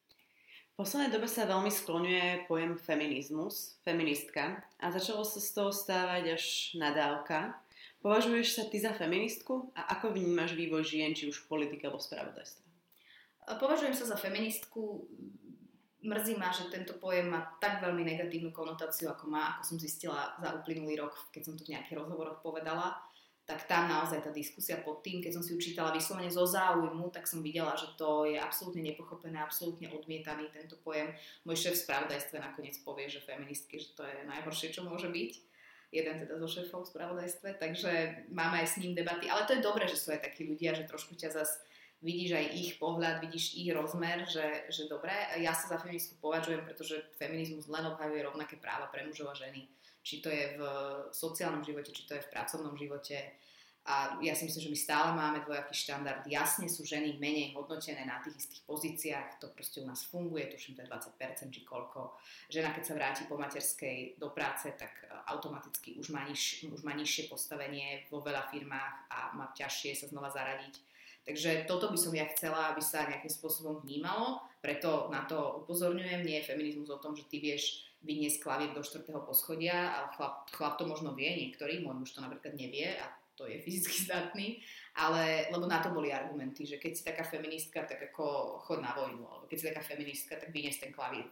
V poslednej dobe sa veľmi skloňuje pojem feminizmus, feministka a začalo sa z toho stávať až nadávka. Považuješ sa ty za feministku a ako vnímaš vývoj žien, či už v politike alebo v spravodajstve? Považujem sa za feministku. Mrzí ma, že tento pojem má tak veľmi negatívnu konotáciu, ako som zistila za uplynulý rok, keď som to v nejakých rozhovoroch povedala. Tak tam naozaj tá diskusia pod tým, keď som si ju čítala vyslovene zo záujmu, tak som videla, že to je absolútne nepochopené, absolútne odmietaný tento pojem. Môj šéf v spravodajstve nakoniec povie, že feministky, že to je najhoršie, čo môže byť. Jeden teda zo šéfov v spravodajstve, takže máme aj s ním debaty. Ale to je dobré, že sú aj takí ľudia, že trošku ťa zas vidíš aj ich pohľad, vidíš ich rozmer, že dobre. Ja sa za feministku považujem, pretože feminizmus len obhajuje rovnaké práva pre mužov a ženy. Či to je v sociálnom živote, či to je v pracovnom živote. A ja si myslím, že my stále máme dvojaký štandard. Jasne sú ženy menej hodnotené na tých istých pozíciách. To proste u nás funguje, tuším, to je 20% či koľko. Žena, keď sa vráti po materskej do práce, tak automaticky už má nižšie postavenie vo veľa firmách a má ťažšie sa znova zaradiť. Takže toto by som ja chcela, aby sa nejakým spôsobom vnímalo. Preto na to upozorňujem. Nie je feminizmus o tom, že ty vieš vyniesť klavír do 4. poschodia, ale chlap to možno vie, niektorý, môj muž to napríklad nevie a to je fyzicky zdatný, ale lebo na to boli argumenty, že keď si taká feministka, tak ako chod na vojnu, alebo keď si taká feministka, tak vynies ten klavír.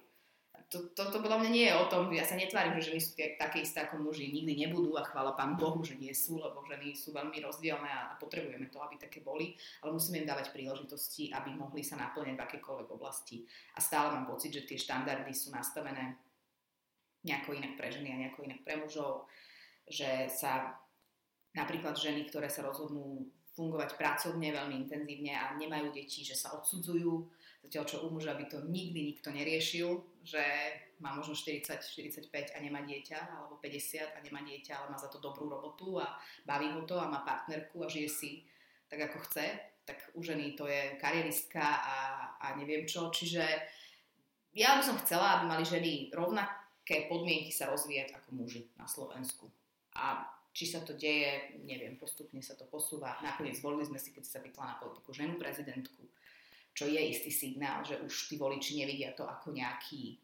To podľa mňa nie je o tom, ja sa netvárim, že ženy sú také isté ako muži, nikdy nebudú a chvála Pánu Bohu, že nie sú, lebo ženy sú veľmi rozdielne a potrebujeme to, aby také boli, ale musíme im dávať príležitosti, aby mohli sa naplňať v akékoľvek oblasti. A stále mám pocit, že tie štandardy sú nastavené nejako inak pre ženy a nejako inak pre mužov, že sa napríklad ženy, ktoré sa rozhodnú fungovať pracovne veľmi intenzívne a nemajú deti, že sa odsudzujú, zatiaľ čo u muža by to nikdy nikto neriešil, že má možno 40-45 a nemá dieťa, alebo 50 a nemá dieťa, ale má za to dobrú robotu a baví ho to a má partnerku a žije si tak ako chce, tak u ženy to je karieristka a neviem čo, čiže ja by som chcela, aby mali ženy rovnaké podmienky sa rozvíjať ako muži na Slovensku. A či sa to deje, neviem, postupne sa to posúva. Nakoniec volili sme si, keď sa vypla na politiku ženu prezidentku, čo je istý signál, že už tí voliči nevidia to ako nejaký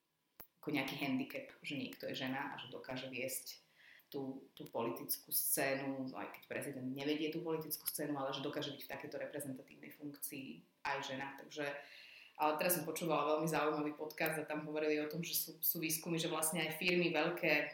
handicap, že niekto je žena a že dokáže viesť tú politickú scénu, aj keď prezident nevedie tú politickú scénu, ale že dokáže byť v takéto reprezentatívnej funkcii aj žena. Takže, ale teraz som počúvala veľmi zaujímavý podcast a tam hovorili o tom, že sú výskumy, že vlastne aj firmy veľké,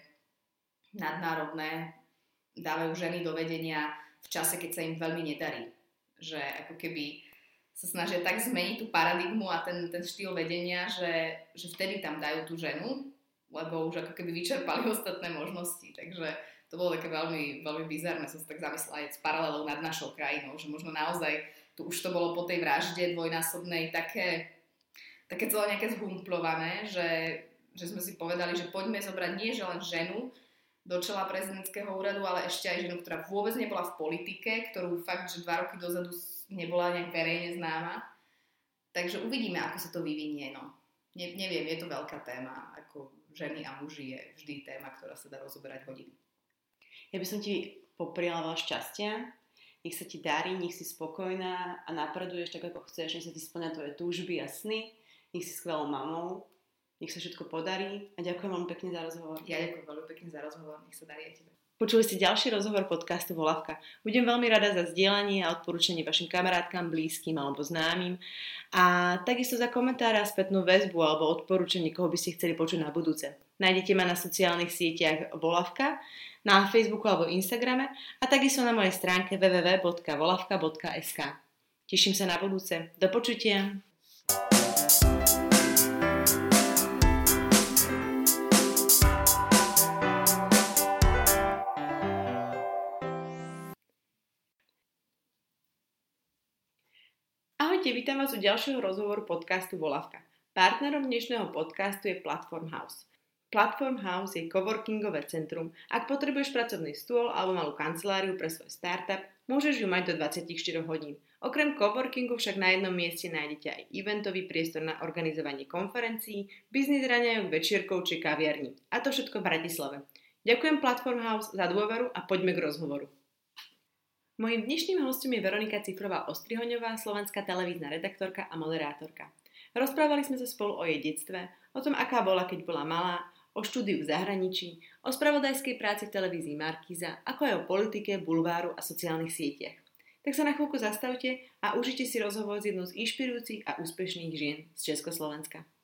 nadnárodné, dávajú ženy do vedenia v čase, keď sa im veľmi nedarí. Že ako keby sa snažia tak zmeniť tú paradigmu a ten štýl vedenia, že vtedy tam dajú tú ženu, lebo už ako keby vyčerpali ostatné možnosti. Takže to bolo také veľmi, veľmi bizarné, som sa tak zamyslela aj s paralelou nad našou krajinou, že možno naozaj tu už to bolo po tej vražde dvojnásobnej také celé nejaké zhumplované, že sme si povedali, že poďme zobrať nie že len ženu do čela prezidentského úradu, ale ešte aj ženu, ktorá vôbec nebola v politike, ktorú fakt, že 2 roky dozadu nebola nejak verejne známa. Takže uvidíme, ako sa to vyvinie. No. Neviem, je to veľká téma. Ako ženy a muži je vždy téma, ktorá sa dá rozoberať hodiny. Ja by som ti popriala veľa šťastia. Nech sa ti darí, nech si spokojná a napreduješ tak, ako chceš. Nech sa ti splňa tvoje túžby a sny. Nech si skvelou mamou. Nech sa všetko podarí a ďakujem veľmi pekne za rozhovor. Ja ďakujem veľmi pekne za rozhovor, nech sa darí aj tebe. Počuli ste ďalší rozhovor podcastu Volavka. Budem veľmi rada za zdieľanie a odporúčanie vašim kamarátkam, blízkym alebo známym a takisto za komentáre a spätnú väzbu alebo odporúčanie, koho by ste chceli počuť na budúce. Nájdete ma na sociálnych sieťach Volavka, na Facebooku alebo Instagrame a takisto na mojej stránke www.volavka.sk. Teším sa na budúce. Do počutia. Ahojte, vítam vás u ďalšieho rozhovoru podcastu Volavka. Partnerom dnešného podcastu je Platform House. Platform House je coworkingové centrum. Ak potrebuješ pracovný stôl alebo malú kanceláriu pre svoj startup, môžeš ju mať do 24 hodín. Okrem coworkingu však na jednom mieste nájdete aj eventový priestor na organizovanie konferencií, biznis raňajok, večierkov či kaviarní. A to všetko v Bratislave. Ďakujem Platform House za dôveru a poďme k rozhovoru. Mojím dnešným hostom je Veronika Cifrová-Ostrihoňová, slovenská televízna redaktorka a moderátorka. Rozprávali sme sa spolu o jej detstve, o tom, aká bola, keď bola malá, o štúdiu v zahraničí, o spravodajskej práci v televízii Markíza, ako aj o politike, bulváru a sociálnych sieťach. Tak sa na chvíľku zastavte a užite si rozhovor s jednou z inšpirujúcich a úspešných žien z Československa.